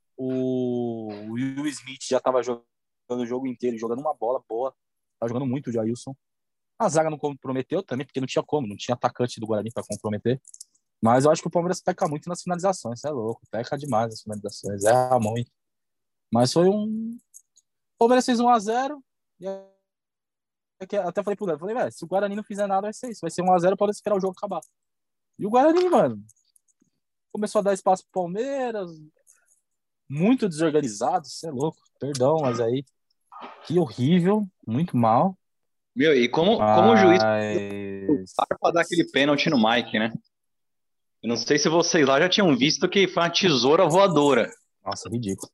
[SPEAKER 5] o Will Smith já estava jogando o jogo inteiro, jogando uma bola boa, estava jogando muito o Jailson. A zaga não comprometeu também, porque não tinha como, não tinha atacante do Guarani para comprometer. Mas eu acho que o Palmeiras peca muito nas finalizações, é louco, peca demais nas finalizações, erra muito. Mas foi um. O Palmeiras fez um a zero, e até falei pro Léo, falei, velho, se o Guarani não fizer nada, vai ser isso, vai ser um a zero para esperar o jogo acabar. E o Guarani, mano, começou a dar espaço pro Palmeiras, muito desorganizado, você é louco, perdão, mas aí, que horrível, muito mal.
[SPEAKER 2] Meu, e como, como o juiz
[SPEAKER 5] Mas...
[SPEAKER 2] para dar aquele pênalti no Mike, né? Eu não sei se vocês lá já tinham visto que foi uma tesoura voadora.
[SPEAKER 5] Nossa, ridículo.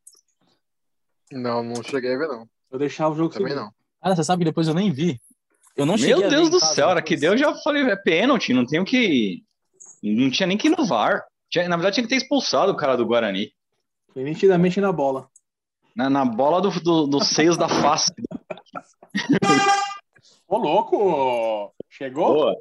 [SPEAKER 7] Não, não cheguei a ver, não.
[SPEAKER 4] Eu deixava o jogo
[SPEAKER 7] Também
[SPEAKER 4] seguir.
[SPEAKER 7] não.
[SPEAKER 5] Cara, você sabe que depois eu nem vi. Eu não
[SPEAKER 2] Meu
[SPEAKER 5] cheguei a ver
[SPEAKER 2] Deus
[SPEAKER 5] em
[SPEAKER 2] do
[SPEAKER 5] casa
[SPEAKER 2] céu, a hora que
[SPEAKER 5] depois.
[SPEAKER 2] deu, eu já falei, é pênalti, não tenho que. Não tinha nem que ir no V A R. Tinha- Na verdade, tinha que ter expulsado o cara do Guarani.
[SPEAKER 4] Foi nitidamente na bola.
[SPEAKER 2] Na, na bola do, do- dos seios da face.
[SPEAKER 4] Ô, louco! Chegou?
[SPEAKER 2] Boa.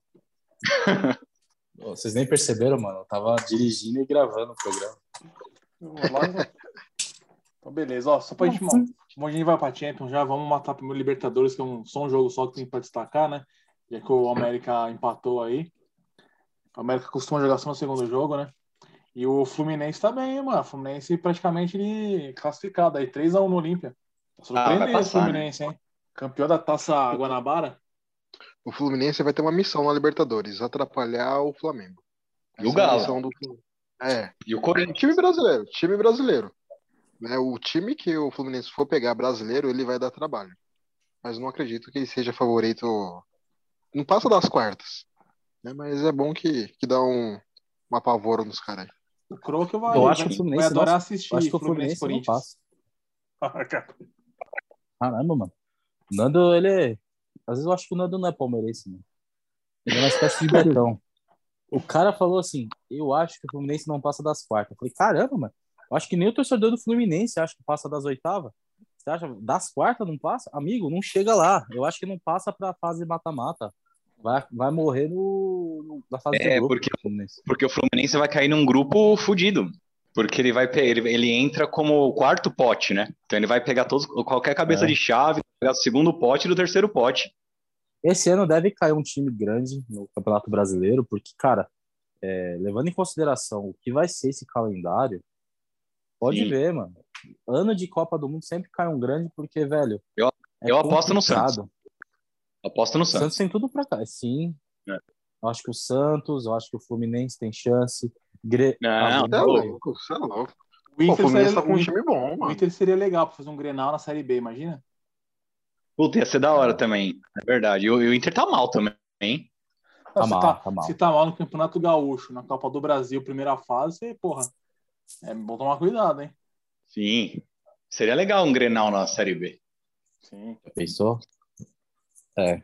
[SPEAKER 5] Pô, vocês nem perceberam, mano. Eu tava dirigindo e gravando o programa.
[SPEAKER 4] Vamos lá. Então, beleza. Ó, só pra gente, mano, como a gente vai pra Champions já, vamos matar primeiro Libertadores, que é um, só um jogo só que tem pra destacar, né? Já que o América empatou aí. O América costuma jogar só no segundo jogo, né? E o Fluminense tá bem, mano. O Fluminense praticamente ele classificado aí, três a um no Olímpia. Tá
[SPEAKER 2] Ah, vai
[SPEAKER 4] surpreendendo o
[SPEAKER 2] passar, né?
[SPEAKER 4] Fluminense, hein? Campeão da Taça Guanabara.
[SPEAKER 7] O Fluminense vai ter uma missão na Libertadores, atrapalhar o Flamengo.
[SPEAKER 2] E o
[SPEAKER 7] Essa é a
[SPEAKER 2] Galo.
[SPEAKER 7] missão do Fluminense. É,
[SPEAKER 2] E o Corinthians.
[SPEAKER 7] time brasileiro, time brasileiro. Né, o time que o Fluminense for pegar brasileiro, ele vai dar trabalho. Mas não acredito que ele seja favorito. Não passa das quartas. Né, mas é bom que, que dá um, um apavoro nos caras aí.
[SPEAKER 4] O Croco vai,
[SPEAKER 5] Eu acho
[SPEAKER 4] vai,
[SPEAKER 5] que o Fluminense
[SPEAKER 4] vai adorar
[SPEAKER 5] não-
[SPEAKER 4] assistir
[SPEAKER 5] Eu acho que o
[SPEAKER 4] Fluminense
[SPEAKER 5] Fluminense não
[SPEAKER 4] Corinthians.
[SPEAKER 5] passa. Caramba, mano. O Nando, ele é... Às vezes eu acho que o Nando não é palmeirense, mano. Ele é uma espécie de Betão. O cara falou assim, eu acho que o Fluminense não passa das quartas. Eu falei, caramba, mano. Eu acho que nem o torcedor do Fluminense acha que passa das oitavas. Você acha das quartas não passa? Amigo, não chega lá. Eu acho que não passa pra fase mata-mata. Vai, vai morrer no, no- na fase de
[SPEAKER 2] É,
[SPEAKER 5] grupo
[SPEAKER 2] porque-
[SPEAKER 5] do Fluminense.
[SPEAKER 2] Porque o Fluminense vai cair num grupo fudido. Porque ele vai pe- ele, ele entra como o quarto pote, né? Então ele vai pegar todos, qualquer cabeça
[SPEAKER 5] É.
[SPEAKER 2] de chave, pegar o segundo pote e o terceiro pote.
[SPEAKER 5] Esse ano deve cair um time grande no Campeonato Brasileiro, porque, cara, é, levando em consideração o que vai ser esse calendário, pode
[SPEAKER 2] Sim.
[SPEAKER 5] ver, mano. Ano de Copa do Mundo sempre cai um grande, porque, velho,
[SPEAKER 2] Eu-
[SPEAKER 5] é
[SPEAKER 2] Eu aposto no Santos.
[SPEAKER 5] complicado.
[SPEAKER 2] Aposto no
[SPEAKER 5] O Santos
[SPEAKER 2] Santos.
[SPEAKER 5] tem tudo pra cá, sim.
[SPEAKER 2] É.
[SPEAKER 5] Eu acho que o Santos, eu acho que o Fluminense tem chance. Gre...
[SPEAKER 2] Não,
[SPEAKER 5] ah, o
[SPEAKER 7] Você é
[SPEAKER 5] Grêmio vai.
[SPEAKER 7] louco, você é louco.
[SPEAKER 4] O
[SPEAKER 7] Pô, o
[SPEAKER 4] Inter,
[SPEAKER 7] Fluminense
[SPEAKER 4] seria,
[SPEAKER 7] tá com
[SPEAKER 4] o
[SPEAKER 7] um
[SPEAKER 4] Inter-
[SPEAKER 7] time bom,
[SPEAKER 4] o
[SPEAKER 7] mano.
[SPEAKER 4] Inter seria legal pra fazer um Grenal na Série B, imagina?
[SPEAKER 2] Puta, ia ser da hora também. É verdade. E o, e o Inter tá mal também, hein?
[SPEAKER 4] Não,
[SPEAKER 5] Tá
[SPEAKER 4] se,
[SPEAKER 5] mal,
[SPEAKER 4] tá,
[SPEAKER 5] tá mal.
[SPEAKER 4] se tá mal no Campeonato Gaúcho, na Copa do Brasil, primeira fase, você, porra, é bom tomar cuidado, hein?
[SPEAKER 2] Sim. Seria legal um Grenal na Série B.
[SPEAKER 4] Sim.
[SPEAKER 5] Pensou? É.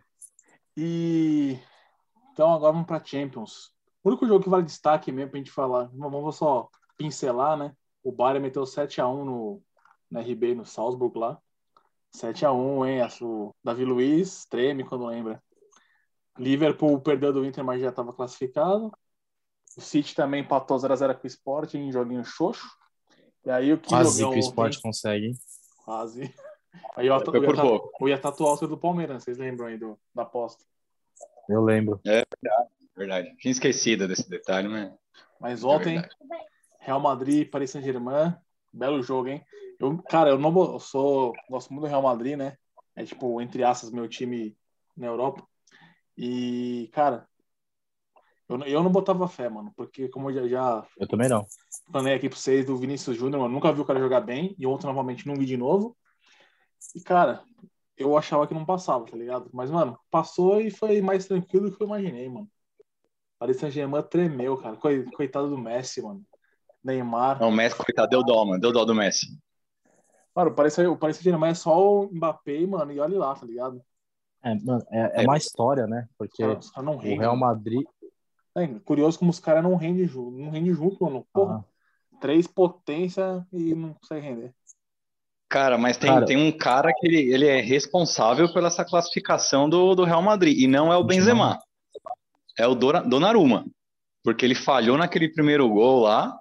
[SPEAKER 4] E então agora vamos pra Champions. O único jogo que vale destaque mesmo pra gente falar, vamos só pincelar, né? O Bayern meteu sete a um no, no R B, no Salzburg lá. sete a um, hein? O Davi Luiz treme quando lembra. Liverpool perdeu do Inter, mas já estava classificado. O City também empatou zero a zero com o Sport em joguinho xoxo. E aí o que
[SPEAKER 5] Quase
[SPEAKER 4] jogou
[SPEAKER 5] que o
[SPEAKER 4] ontem?
[SPEAKER 5] esporte consegue, hein?
[SPEAKER 4] Quase. Aí o,
[SPEAKER 2] Foi por pouco.
[SPEAKER 4] o, o ia tatuar o seu do Palmeiras, vocês lembram aí do, da aposta.
[SPEAKER 5] Eu lembro.
[SPEAKER 2] Verdade. Tinha esquecido desse detalhe, mas.
[SPEAKER 4] Mas
[SPEAKER 2] É
[SPEAKER 4] ontem,
[SPEAKER 2] verdade.
[SPEAKER 4] Real Madrid, Paris Saint-Germain, belo jogo, hein? Eu, cara, eu não eu sou, gosto muito do Real Madrid, né? É tipo, entre aspas, meu time na Europa. E, cara, eu, eu não botava fé, mano, porque como eu já, já
[SPEAKER 5] Eu também não.
[SPEAKER 4] falei aqui pra vocês do Vinícius Júnior, mano, nunca vi o cara jogar bem, e ontem novamente não vi de novo. E, cara, eu achava que não passava, tá ligado? Mas, mano, passou e foi mais tranquilo do que eu imaginei, mano. Paris Saint-Germain tremeu, cara. Coi- Coitado do Messi, mano. Neymar.
[SPEAKER 2] Não, o Messi, coitado, deu dó, mano. Deu dó do Messi.
[SPEAKER 4] Mano, o Paris, o Paris Saint-Germain é só o Mbappé, mano, e olha lá, tá ligado?
[SPEAKER 5] É, mano, é, é
[SPEAKER 2] É.
[SPEAKER 5] uma história, né? Porque
[SPEAKER 4] Os caras os caras não
[SPEAKER 5] o
[SPEAKER 4] rendem.
[SPEAKER 5] Real
[SPEAKER 4] mano.
[SPEAKER 5] Madrid.
[SPEAKER 4] É curioso como os caras não rendem junto. Não rendem junto, mano. Porra,
[SPEAKER 5] Ah,
[SPEAKER 4] três potência e não consegue render.
[SPEAKER 2] Cara, mas tem,
[SPEAKER 5] Cara-
[SPEAKER 2] tem um cara que ele, ele é responsável pela essa classificação do, do Real Madrid. E não é o Benzema. É o Dona- Donnarumma. Porque ele falhou naquele primeiro gol lá.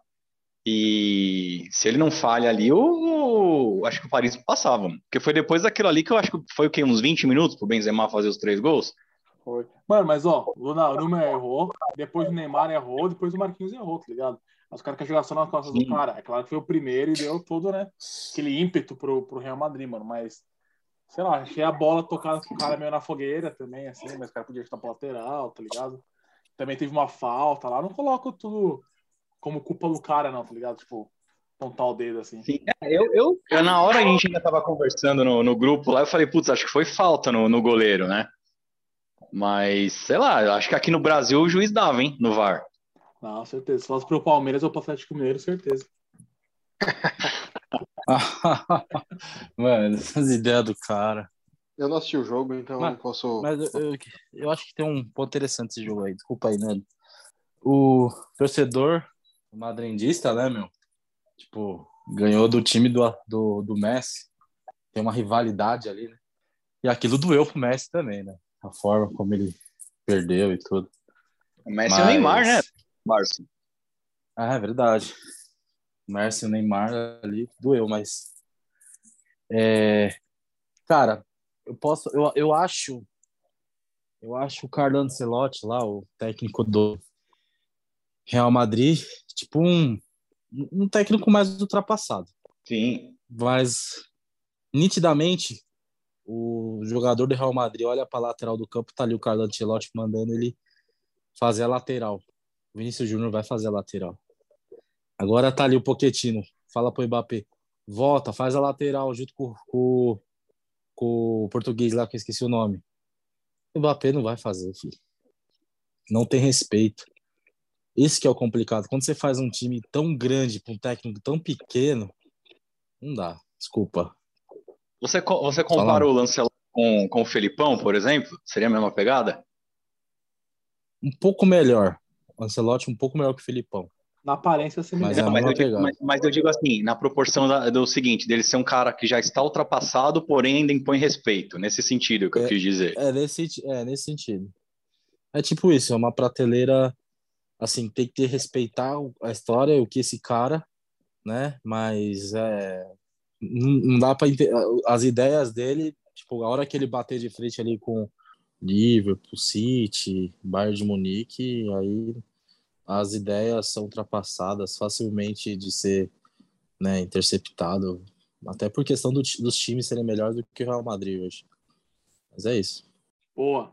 [SPEAKER 2] E se ele não falha ali, eu, acho que o Paris passava. Mano. Porque foi depois daquilo ali que eu acho que foi o quê? Uns vinte minutos pro Benzema fazer os três gols?
[SPEAKER 4] Foi. Mano, mas ó, o Donnarumma errou, depois o Neymar errou, depois o Marquinhos errou, tá ligado? Os caras querem jogar só nas costas do
[SPEAKER 2] Sim.
[SPEAKER 4] cara. É claro que foi o primeiro e deu todo, né? Aquele ímpeto pro, pro Real Madrid, mano. Mas, sei lá, achei a bola tocada com o cara meio na fogueira também, assim, mas o cara podia estar pro lateral, tá ligado? Também teve uma falta lá. Não coloco tudo como culpa do cara, não, tá ligado? Tipo, apontar o dedo assim.
[SPEAKER 2] Sim. É, eu, eu, eu, na hora a gente ainda tava conversando no, no grupo lá, eu falei, putz, acho que foi falta no, no goleiro, né? Mas, sei lá, eu acho que aqui no Brasil o juiz dava, hein, no V A R.
[SPEAKER 4] Não, certeza. Se fosse pro Palmeiras ou pro Atlético Mineiro, certeza.
[SPEAKER 5] Mano, essas ideias do cara.
[SPEAKER 7] Eu não assisti o jogo, então
[SPEAKER 5] Mas-
[SPEAKER 7] não posso.
[SPEAKER 5] Mas eu, eu, eu acho que tem um ponto interessante esse jogo aí. Desculpa aí, né? O torcedor madridista, né, meu? Tipo, ganhou do time do, do, do Messi. Tem uma rivalidade ali, né? E aquilo doeu pro Messi também, né? A forma como ele perdeu e tudo.
[SPEAKER 2] O Messi e o Neymar, né, Márcio?
[SPEAKER 5] Ah, é verdade. O Messi e o Neymar ali doeu, mas... É... Cara, eu posso... Eu, eu acho... Eu acho o Carlo Ancelotti lá, o técnico do Real Madrid, tipo um, um técnico mais ultrapassado.
[SPEAKER 2] Sim.
[SPEAKER 5] Mas, nitidamente, o jogador do Real Madrid olha para a lateral do campo, tá ali o Carlo Ancelotti mandando ele fazer a lateral. O Vinícius Júnior vai fazer a lateral. Agora tá ali o Pochettino, fala pro Mbappé, volta, faz a lateral junto com, com, com o português lá, que eu esqueci o nome. O Mbappé não vai fazer, filho. Não tem respeito. Esse que é o complicado. Quando você faz um time tão grande para um técnico tão pequeno, não dá. Desculpa.
[SPEAKER 2] Você, co- você compara
[SPEAKER 5] Fala.
[SPEAKER 2] o Lancelotti com, com o Felipão, por exemplo? Seria a mesma pegada?
[SPEAKER 5] Um pouco melhor. O Ancelotti um pouco melhor que o Filipão.
[SPEAKER 4] Na aparência,
[SPEAKER 5] Mas
[SPEAKER 4] semelhante.
[SPEAKER 5] é a
[SPEAKER 2] Mas
[SPEAKER 5] mesma
[SPEAKER 2] eu, digo,
[SPEAKER 5] pegada.
[SPEAKER 2] mas, mas eu digo assim, na proporção da- do seguinte, dele ser um cara que já está ultrapassado, porém ainda impõe respeito. Nesse sentido que eu quis dizer.
[SPEAKER 5] É nesse, é nesse sentido. É tipo isso, é uma prateleira, assim, tem que ter, respeitar o- a história, o que esse cara, né? Mas é, não, não dá para as ideias dele, tipo, a hora que ele bater de frente ali com Liverpool, City, Bayern de Munique, aí as ideias são ultrapassadas facilmente de ser, né, interceptado. Até por questão do, dos times serem melhores do que o Real Madrid hoje. Mas é isso.
[SPEAKER 4] Boa.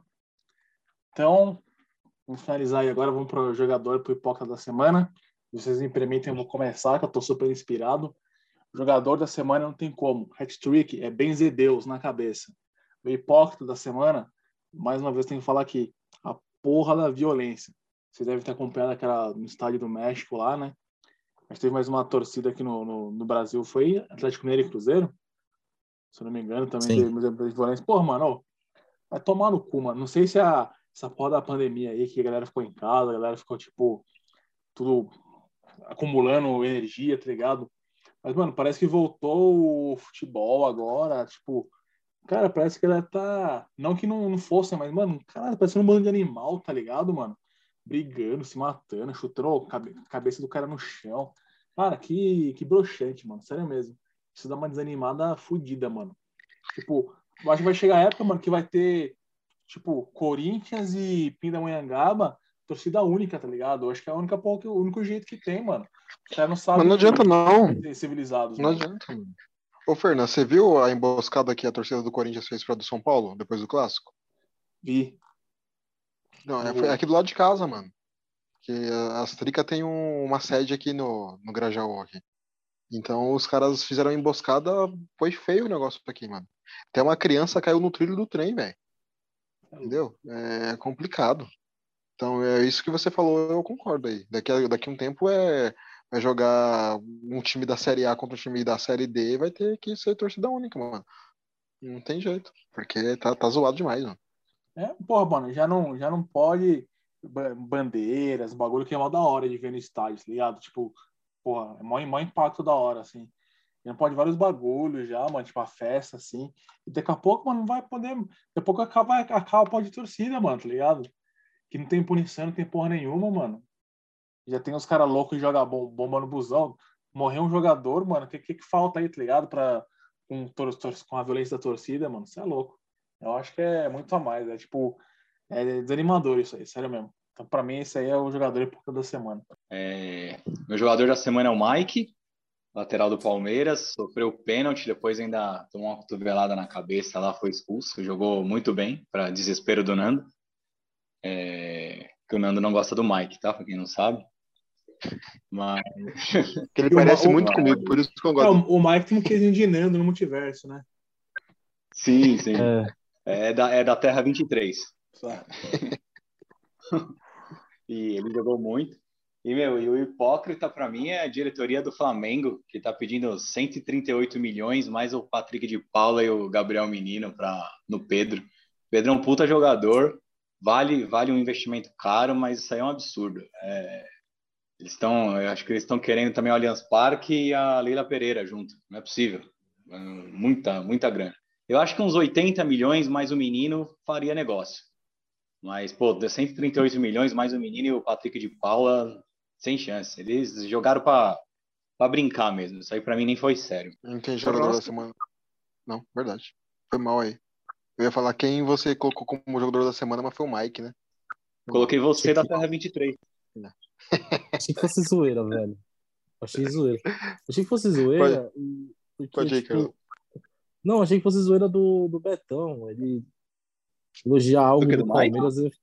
[SPEAKER 4] Então, vamos finalizar aí agora. Vamos para o jogador, para o hipócrita da semana. Vocês me permitem, eu vou começar, que eu estou super inspirado. O jogador da semana não tem como. Hat-trick é benzedeus na cabeça. O hipócrita da semana, mais uma vez, tem que falar aqui. A porra da violência. Vocês devem ter acompanhado aquela no estádio do México lá, né? Mas teve mais uma torcida aqui no, no, no Brasil. Foi Atlético Mineiro e Cruzeiro? Se eu não me engano, também
[SPEAKER 5] Sim.
[SPEAKER 4] teve muita violência. Porra, mano, ó, vai tomar no cu, mano. Não sei se a, essa porra da pandemia aí, que a galera ficou em casa, a galera ficou, tipo, tudo acumulando energia, tá ligado? Mas, mano, parece que voltou o futebol agora, tipo... Cara, parece que ela tá... Não que não, não fosse, mas, mano, cara, parece um bando de animal, tá ligado, mano? Brigando, se matando, chutando a cabe- cabeça do cara no chão. Cara, que, que broxante, mano. Sério mesmo. Isso dá uma desanimada fodida, mano. Tipo, eu acho que vai chegar a época, mano, que vai ter, tipo, Corinthians e Pindamonhangaba, torcida única, tá ligado? Eu acho que é a única, porra que- o único jeito que tem, mano. Os caras não
[SPEAKER 7] Mas
[SPEAKER 4] sabem
[SPEAKER 7] não adianta, não.
[SPEAKER 4] ser civilizados,
[SPEAKER 7] Não
[SPEAKER 4] mano.
[SPEAKER 7] adianta, mano. Ô, Fernando, você viu a emboscada que a torcida do Corinthians fez pra do São Paulo, depois do Clássico?
[SPEAKER 4] Vi.
[SPEAKER 7] Não, é,
[SPEAKER 4] Uhum.
[SPEAKER 7] foi aqui do lado de casa, mano. Que a Astrica tem um- uma sede aqui no, no Grajaú aqui. Então os caras fizeram uma emboscada, foi feio o negócio aqui, mano. Até uma criança caiu no trilho do trem, velho. Entendeu? É complicado. Então é isso que você falou, eu concordo aí. Daqui a, daqui a um tempo é vai jogar um time da Série A contra um time da Série D e vai ter que ser torcida única, mano. Não tem jeito, porque tá, tá zoado demais, mano.
[SPEAKER 4] É, porra, mano, já não, já não pode ba- bandeiras, bagulho que é mó da hora de ver no estádio, tá ligado? Tipo, porra, é mó, mó impacto da hora, assim. Já não pode vários bagulhos já, mano, tipo a festa, assim. E daqui a pouco, mano, não vai poder. Daqui a pouco acaba, acaba pode de torcida, mano, tá ligado? Que não tem punição, não tem porra nenhuma, mano. Já tem os caras loucos que jogam bom, bomba no busão. Morreu um jogador, mano. O que, que que falta aí, tá ligado? Pra, com, tor- tor- com a violência da torcida, mano. Você é louco. Eu acho que é muito a mais. É tipo, é desanimador isso aí, sério mesmo. Então, pra mim, esse aí é o jogador época da semana.
[SPEAKER 2] É, meu jogador da semana é o Mike, lateral do Palmeiras, sofreu pênalti, depois ainda tomou uma cotovelada na cabeça lá, foi expulso, jogou muito bem, para desespero do Nando. É, que o Nando não gosta do Mike, tá? Pra quem não sabe. Mas
[SPEAKER 7] Que ele
[SPEAKER 4] E o
[SPEAKER 7] parece
[SPEAKER 4] Ma- o-
[SPEAKER 7] muito comigo, por isso que eu
[SPEAKER 4] É,
[SPEAKER 7] gosto.
[SPEAKER 4] o, o Mike tem um quesinho de Nando no multiverso, né?
[SPEAKER 2] sim, sim.
[SPEAKER 5] É,
[SPEAKER 2] É da, é da Terra vinte e três.
[SPEAKER 4] Só.
[SPEAKER 2] E ele jogou muito. E, meu, e o hipócrita para mim é a diretoria do Flamengo, que tá pedindo cento e trinta e oito milhões, mais o Patrick de Paula e o Gabriel Menino pra, no Pedro. O Pedro é um puta jogador, vale, vale um investimento caro, mas isso aí é um absurdo. É, eles estão, eu acho que eles estão querendo também o Allianz Parque e a Leila Pereira junto. Não é possível. É muita, muita grana. Eu acho que uns oitenta milhões mais o menino faria negócio. Mas, pô, cento e trinta e oito milhões mais o menino e o Patrick de Paula, sem chance. Eles jogaram pra, pra brincar mesmo. Isso aí pra mim nem foi sério.
[SPEAKER 7] Não tem jogador da semana. Não, verdade. Foi mal aí. Eu ia falar quem você colocou como jogador da semana, mas foi o Mike, né?
[SPEAKER 2] Coloquei você da Terra vinte e três.
[SPEAKER 5] achei que fosse zoeira, velho. Achei zoeira. Achei que fosse zoeira. e- Porque,
[SPEAKER 7] Pode ir,
[SPEAKER 5] tipo,
[SPEAKER 7] Carlos.
[SPEAKER 5] não, achei que fosse zoeira do, do Betão. Ele elogiar algo
[SPEAKER 2] Do que,
[SPEAKER 5] do,
[SPEAKER 2] do Mike?
[SPEAKER 5] Palmeiras. Eu,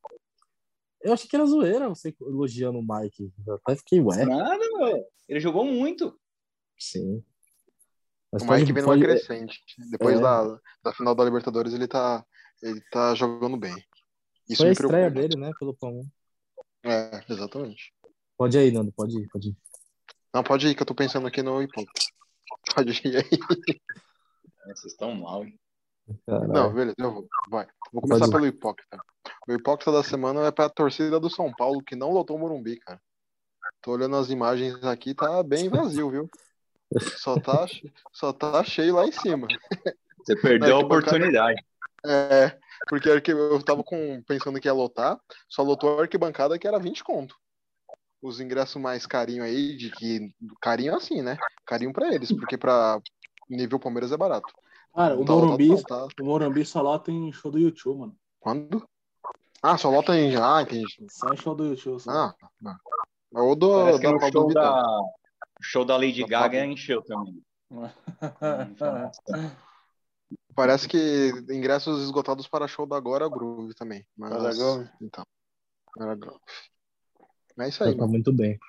[SPEAKER 5] eu achei que era zoeira você elogiando o Mike. Eu até fiquei, ué.
[SPEAKER 2] Nada, meu. Ele jogou muito.
[SPEAKER 5] Sim. Mas
[SPEAKER 7] O
[SPEAKER 5] pode,
[SPEAKER 7] Mike vem numa
[SPEAKER 5] pode,
[SPEAKER 7] crescente. Depois
[SPEAKER 5] é.
[SPEAKER 7] da, da final da Libertadores, ele tá, ele tá jogando bem. Isso
[SPEAKER 5] Foi a
[SPEAKER 7] me
[SPEAKER 5] estreia
[SPEAKER 7] preocupa.
[SPEAKER 5] dele, né? Pelo Palmeiras.
[SPEAKER 7] É, exatamente.
[SPEAKER 5] Pode ir aí, Nando. Pode ir, pode ir.
[SPEAKER 7] Não, pode ir, que eu tô pensando aqui no hipócrita. Pode ir aí.
[SPEAKER 2] Vocês estão mal, hein?
[SPEAKER 5] Caralho.
[SPEAKER 7] Não, beleza, eu vou. Vai. Vou começar
[SPEAKER 5] Pode ir.
[SPEAKER 7] pelo hipócrita. O hipócrita da semana é pra torcida do São Paulo, que não lotou o Morumbi, cara. Tô olhando as imagens aqui, tá bem vazio, viu? Só tá, só tá cheio lá em cima.
[SPEAKER 2] Você perdeu
[SPEAKER 7] Não,
[SPEAKER 2] a
[SPEAKER 7] que bancada-
[SPEAKER 2] oportunidade.
[SPEAKER 7] É, porque a arqui- eu tava com, pensando que ia lotar, só lotou a arquibancada que era vinte conto. Os ingressos mais carinho aí, de que carinho assim, né? Carinho pra eles, porque pra nível Palmeiras é barato.
[SPEAKER 4] Cara, o
[SPEAKER 7] Não tá lotado
[SPEAKER 4] Morumbi,
[SPEAKER 7] não, tá?
[SPEAKER 4] o Morumbi só lá tem show do YouTube, mano.
[SPEAKER 7] Quando? Ah, só lota em. Ah, entendi.
[SPEAKER 4] Só em show do YouTube. Só.
[SPEAKER 7] Ah, não. É o do,
[SPEAKER 2] Parece que
[SPEAKER 7] da
[SPEAKER 2] no
[SPEAKER 7] Pablo
[SPEAKER 2] show
[SPEAKER 7] Vittar.
[SPEAKER 2] da, o show da Lady
[SPEAKER 7] Da
[SPEAKER 2] Gaga
[SPEAKER 7] Pablo.
[SPEAKER 2] encheu também.
[SPEAKER 7] Parece que ingressos esgotados para show da Agora Groove também. Mas,
[SPEAKER 4] Agora Groove?
[SPEAKER 7] Então. Agora Groove. É isso aí,
[SPEAKER 5] Tá
[SPEAKER 7] mano.
[SPEAKER 5] muito bem.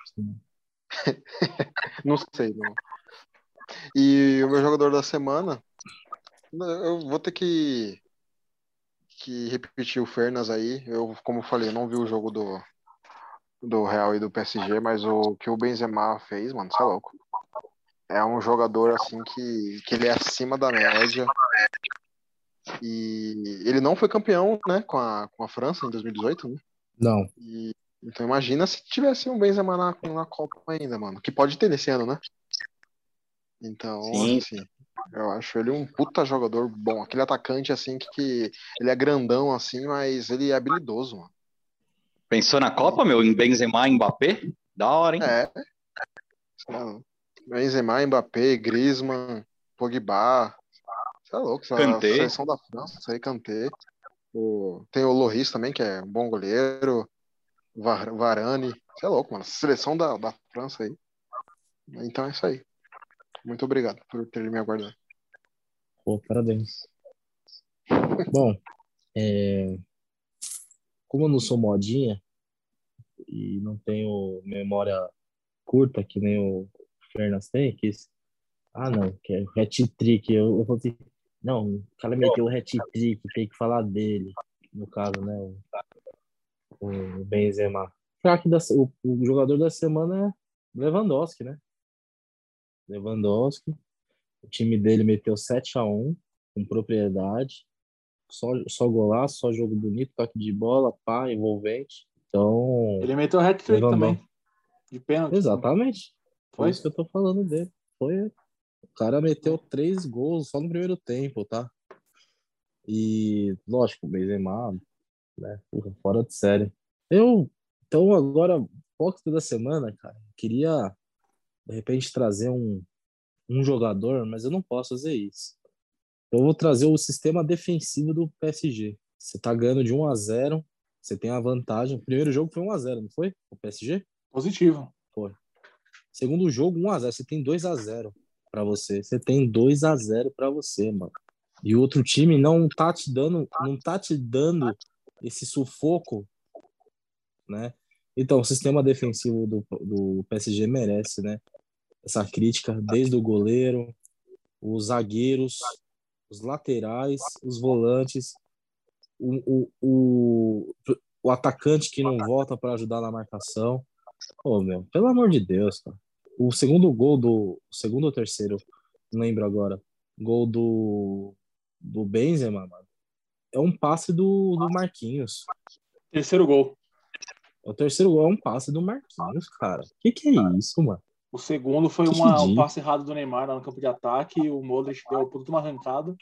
[SPEAKER 7] Não sei, não. E o meu jogador da semana, eu vou ter que, que repetir o Fernas aí. Eu, como eu falei, não vi o jogo do, do Real e do P S G, mas o que o Benzema fez, mano, você é louco. É um jogador assim que, que ele é acima da média. E ele não foi campeão, né, com a, com a França em dois mil e dezoito, né?
[SPEAKER 5] Não.
[SPEAKER 7] E, então imagina se tivesse um Benzema na, na Copa ainda, mano. Que pode ter nesse ano, né? Então,
[SPEAKER 2] Sim.
[SPEAKER 7] assim, eu acho ele um puta jogador bom. Aquele atacante, assim, que, que ele é grandão, assim, mas ele é habilidoso, mano.
[SPEAKER 2] Pensou na Copa, meu? Em Benzema e Mbappé? Da hora, hein?
[SPEAKER 7] É. Não. Benzema, Mbappé, Griezmann, Pogba. Você é louco, essa
[SPEAKER 2] Kanté.
[SPEAKER 7] seleção da França, isso aí, Kanté. O... Tem o Loris também, que é um bom goleiro. Var- Varane. Você é louco, mano. Essa seleção da, da França aí. Então é isso aí. Muito obrigado por ter me aguardado.
[SPEAKER 5] Pô, parabéns. Bom, é, como eu não sou modinha e não tenho memória curta, que nem o Fernas tem, que esse- ah, não, que é hat-trick. Eu, eu vou ter, não, o cara meteu o hat-trick, tem que falar dele, no caso, né, o, o Benzema. Craque da, o, o jogador da semana é Lewandowski, né? Lewandowski. O time dele meteu sete a um com propriedade. Só, só golaço, só jogo bonito, toque de bola, pá, envolvente. Então,
[SPEAKER 4] Ele meteu hat-trick
[SPEAKER 5] Lewandowski.
[SPEAKER 4] também. De pênalti.
[SPEAKER 5] Exatamente. Foi
[SPEAKER 4] Foi?
[SPEAKER 5] isso que eu tô falando dele. Foi. O cara meteu três gols só no primeiro tempo, tá? E, lógico, o Benzema, né? Porra, fora de série. Eu, então, agora, foco da semana, cara, queria, de repente, trazer um, um jogador, mas eu não posso fazer isso. Eu vou trazer o sistema defensivo do P S G. Você tá ganhando de um a zero, você tem a vantagem. O primeiro jogo foi um a zero, não foi? O P S G?
[SPEAKER 4] Positivo.
[SPEAKER 5] Foi. Segundo jogo, um a zero. Você tem dois a zero pra você. Você tem dois a zero pra você, mano. E o outro time não tá te dando, não tá te dando esse sufoco, né? Então, o sistema defensivo do, do P S G merece, né? Essa crítica, desde o goleiro, os zagueiros, os laterais, os volantes, o, o, o, o atacante que não volta para ajudar na marcação. Pô, meu, pelo amor de Deus, cara. O segundo gol do... O segundo ou terceiro, não lembro agora. Gol do, do Benzema, mano. É um passe do, do Marquinhos.
[SPEAKER 4] Terceiro gol.
[SPEAKER 5] O terceiro gol é um passe do Marquinhos, cara. Que que é isso, mano?
[SPEAKER 4] O segundo foi
[SPEAKER 5] Que
[SPEAKER 4] uma, um
[SPEAKER 5] ridículo.
[SPEAKER 4] passe errado do Neymar lá no campo de ataque. E o Modric deu a puta de uma arrancada.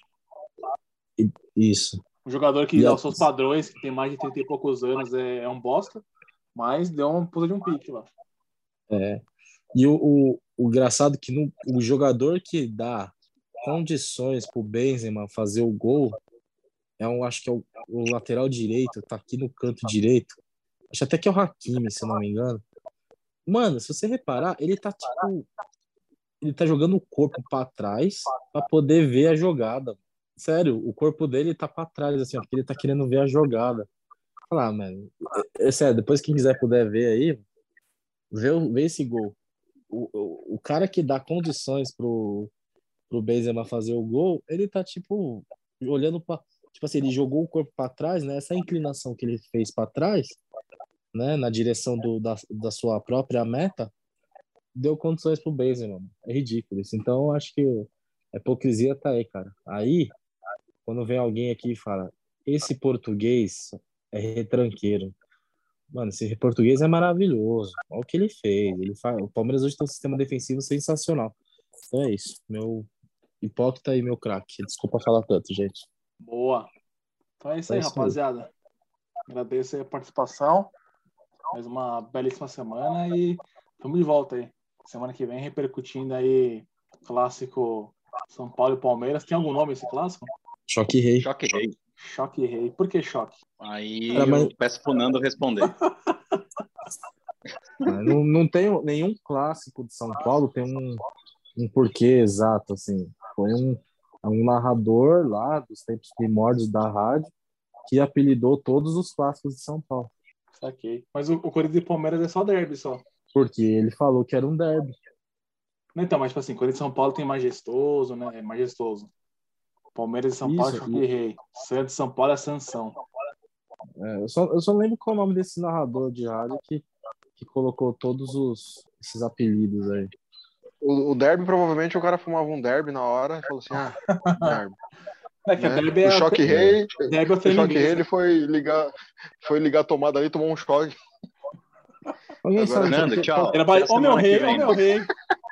[SPEAKER 5] Isso.
[SPEAKER 4] Um jogador que,
[SPEAKER 5] E a-
[SPEAKER 4] aos seus padrões, que tem mais de trinta e poucos anos, é, é um bosta. Mas deu uma puta de um pique lá.
[SPEAKER 5] É. E o, o, o engraçado é que no, o jogador que dá condições pro Benzema fazer o gol é um, acho que é o, o lateral direito, tá aqui no canto direito. Acho até que é o Hakimi, se eu não me engano. Mano, se você reparar, ele tá tipo. Ele tá jogando o corpo pra trás pra poder ver a jogada. Sério, o corpo dele tá pra trás, assim, ó, porque ele tá querendo ver a jogada. Olha lá, mano. É, é sério, depois quem quiser puder ver aí, vê, o- vê esse gol. O, o, o cara que dá condições pro, pro Benzema fazer o gol, ele tá, tipo, olhando pra. Tipo assim, ele jogou o corpo pra trás, né? Essa inclinação que ele fez pra trás, né? Na direção do, da, da sua própria meta, deu condições pro Benzema, mano. É ridículo isso. Então, eu acho que a hipocrisia tá aí, cara. Aí, quando vem alguém aqui e fala, esse português é retranqueiro. Mano, esse português é maravilhoso. Olha o que ele fez. Ele faz... O Palmeiras hoje tem um sistema defensivo sensacional. Então é isso. Meu hipócrita e meu craque. Desculpa falar tanto, gente.
[SPEAKER 4] Boa. Então é isso
[SPEAKER 5] É
[SPEAKER 4] aí,
[SPEAKER 5] isso aí.
[SPEAKER 4] rapaziada. Agradeço aí a participação. Mais uma belíssima semana e vamos de volta aí. Semana que vem repercutindo aí o clássico São Paulo e Palmeiras. Tem algum nome esse clássico?
[SPEAKER 5] Choque rei.
[SPEAKER 2] Choque rei.
[SPEAKER 4] Choque Rei. Por que choque?
[SPEAKER 2] Aí
[SPEAKER 5] Cara, mas-
[SPEAKER 2] eu peço pro Nando responder.
[SPEAKER 5] Ah, Não, não tem nenhum clássico de São Paulo, tem um, um porquê exato, assim. Foi um, um narrador lá dos tempos primórdios da rádio que apelidou todos os clássicos de São Paulo.
[SPEAKER 4] Saquei. Mas o, o Corinthians e Palmeiras é só derby, só.
[SPEAKER 5] Porque ele falou que era um derby.
[SPEAKER 4] Então, mas tipo assim, Corinthians e São Paulo tem majestoso, né? É majestoso. Palmeiras e São Paulo é
[SPEAKER 5] Isso,
[SPEAKER 4] choque de rei. Santos e São Paulo é Sansão.
[SPEAKER 5] É, eu, só, eu só lembro qual é o nome desse narrador de rádio que, que colocou todos os, esses apelidos aí.
[SPEAKER 7] O, o derby, provavelmente, o cara fumava um derby na hora e falou assim, ah, derby.
[SPEAKER 4] É que
[SPEAKER 7] Né?
[SPEAKER 4] a derby é
[SPEAKER 7] O choque
[SPEAKER 4] a...
[SPEAKER 7] rei,
[SPEAKER 4] derby é
[SPEAKER 7] o choque
[SPEAKER 4] feminismo.
[SPEAKER 7] rei, ele foi ligar, foi ligar a tomada ali, tomou um choque.
[SPEAKER 5] Alguém
[SPEAKER 7] Agora,
[SPEAKER 5] sabe
[SPEAKER 2] Fernando,
[SPEAKER 5] que-
[SPEAKER 2] tchau.
[SPEAKER 4] Ele vai,
[SPEAKER 2] Até
[SPEAKER 4] ó meu
[SPEAKER 2] semana que
[SPEAKER 4] rei,
[SPEAKER 2] vem.
[SPEAKER 4] ó meu rei.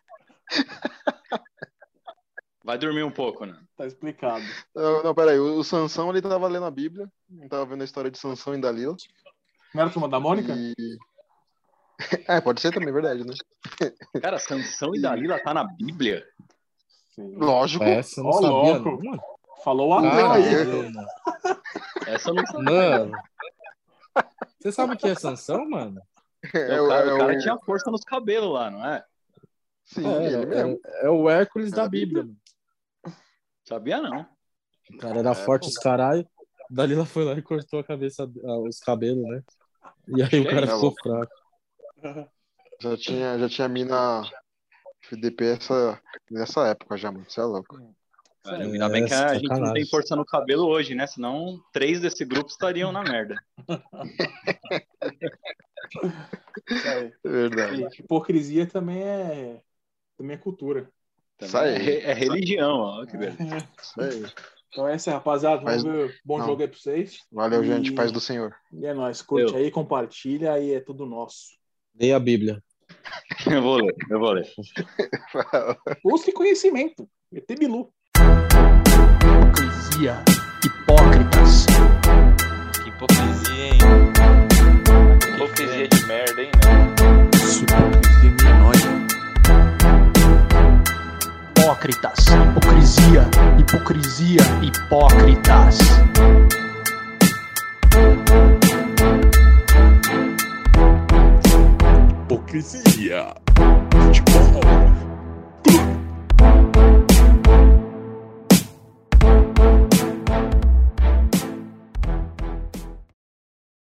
[SPEAKER 2] Vai dormir um pouco, né?
[SPEAKER 4] Tá explicado.
[SPEAKER 7] Não, não, peraí, o, o Sansão, ele tava lendo a Bíblia, ele tava vendo a história de Sansão e Dalila.
[SPEAKER 4] Não era a turma da Mônica?
[SPEAKER 7] E... É, pode ser também, verdade, né?
[SPEAKER 2] Cara, Sansão e Dalila tá na Bíblia?
[SPEAKER 4] Sim.
[SPEAKER 7] Lógico.
[SPEAKER 5] Essa eu não
[SPEAKER 4] Ó,
[SPEAKER 5] sabia,
[SPEAKER 4] louco.
[SPEAKER 5] não, mano.
[SPEAKER 4] Falou o ateu
[SPEAKER 5] Cara,
[SPEAKER 4] aí.
[SPEAKER 5] mano.
[SPEAKER 2] Essa eu não sabia.
[SPEAKER 5] Mano. Você sabe o que é Sansão, mano?
[SPEAKER 2] É, o cara, o cara tinha força nos cabelos lá, não é?
[SPEAKER 7] Sim,
[SPEAKER 5] É,
[SPEAKER 7] ele
[SPEAKER 5] é,
[SPEAKER 7] mesmo.
[SPEAKER 5] é o Hércules
[SPEAKER 7] É
[SPEAKER 5] da
[SPEAKER 7] da
[SPEAKER 5] Bíblia, mano.
[SPEAKER 2] Sabia não.
[SPEAKER 5] O cara era
[SPEAKER 7] É,
[SPEAKER 5] forte
[SPEAKER 7] pô.
[SPEAKER 5] os caralho. Dalila foi lá e cortou a cabeça, ah, os cabelos, né? E aí
[SPEAKER 2] Que
[SPEAKER 5] o cara
[SPEAKER 2] isso?
[SPEAKER 5] ficou fraco.
[SPEAKER 7] Já tinha, já tinha mina F D P essa, nessa época já, mano. Você é louco.
[SPEAKER 2] Cara,
[SPEAKER 5] É,
[SPEAKER 2] ainda bem que a gente não
[SPEAKER 5] sacanagem.
[SPEAKER 2] tem força no cabelo hoje, né? Senão três desse grupo estariam na merda.
[SPEAKER 4] Isso aí.
[SPEAKER 7] É verdade.
[SPEAKER 4] E hipocrisia também é, também é cultura.
[SPEAKER 7] Isso
[SPEAKER 2] Também é,
[SPEAKER 7] aí.
[SPEAKER 2] re- é religião, ó. Que beleza.
[SPEAKER 7] Isso aí.
[SPEAKER 4] Então é isso aí, rapaziada. Vamos
[SPEAKER 7] Paz-
[SPEAKER 4] ver. Bom
[SPEAKER 7] não.
[SPEAKER 4] jogo aí pra vocês.
[SPEAKER 7] Valeu,
[SPEAKER 4] E-
[SPEAKER 7] gente. Paz do Senhor.
[SPEAKER 4] E é nóis. Curte
[SPEAKER 2] Eu.
[SPEAKER 4] aí, compartilha e é tudo nosso.
[SPEAKER 5] Leia a Bíblia.
[SPEAKER 2] Eu vou ler, eu vou ler.
[SPEAKER 4] Busque conhecimento. E T Bilu.
[SPEAKER 1] Hipocrisia, hipócritas.
[SPEAKER 8] Que hipocrisia, hein? Hipocrisia de merda, hein, né?
[SPEAKER 1] Isso, hipocrisia menor. Hipócritas, hipocrisia, hipocrisia, hipócritas.
[SPEAKER 3] Hipocrisia. Futebol.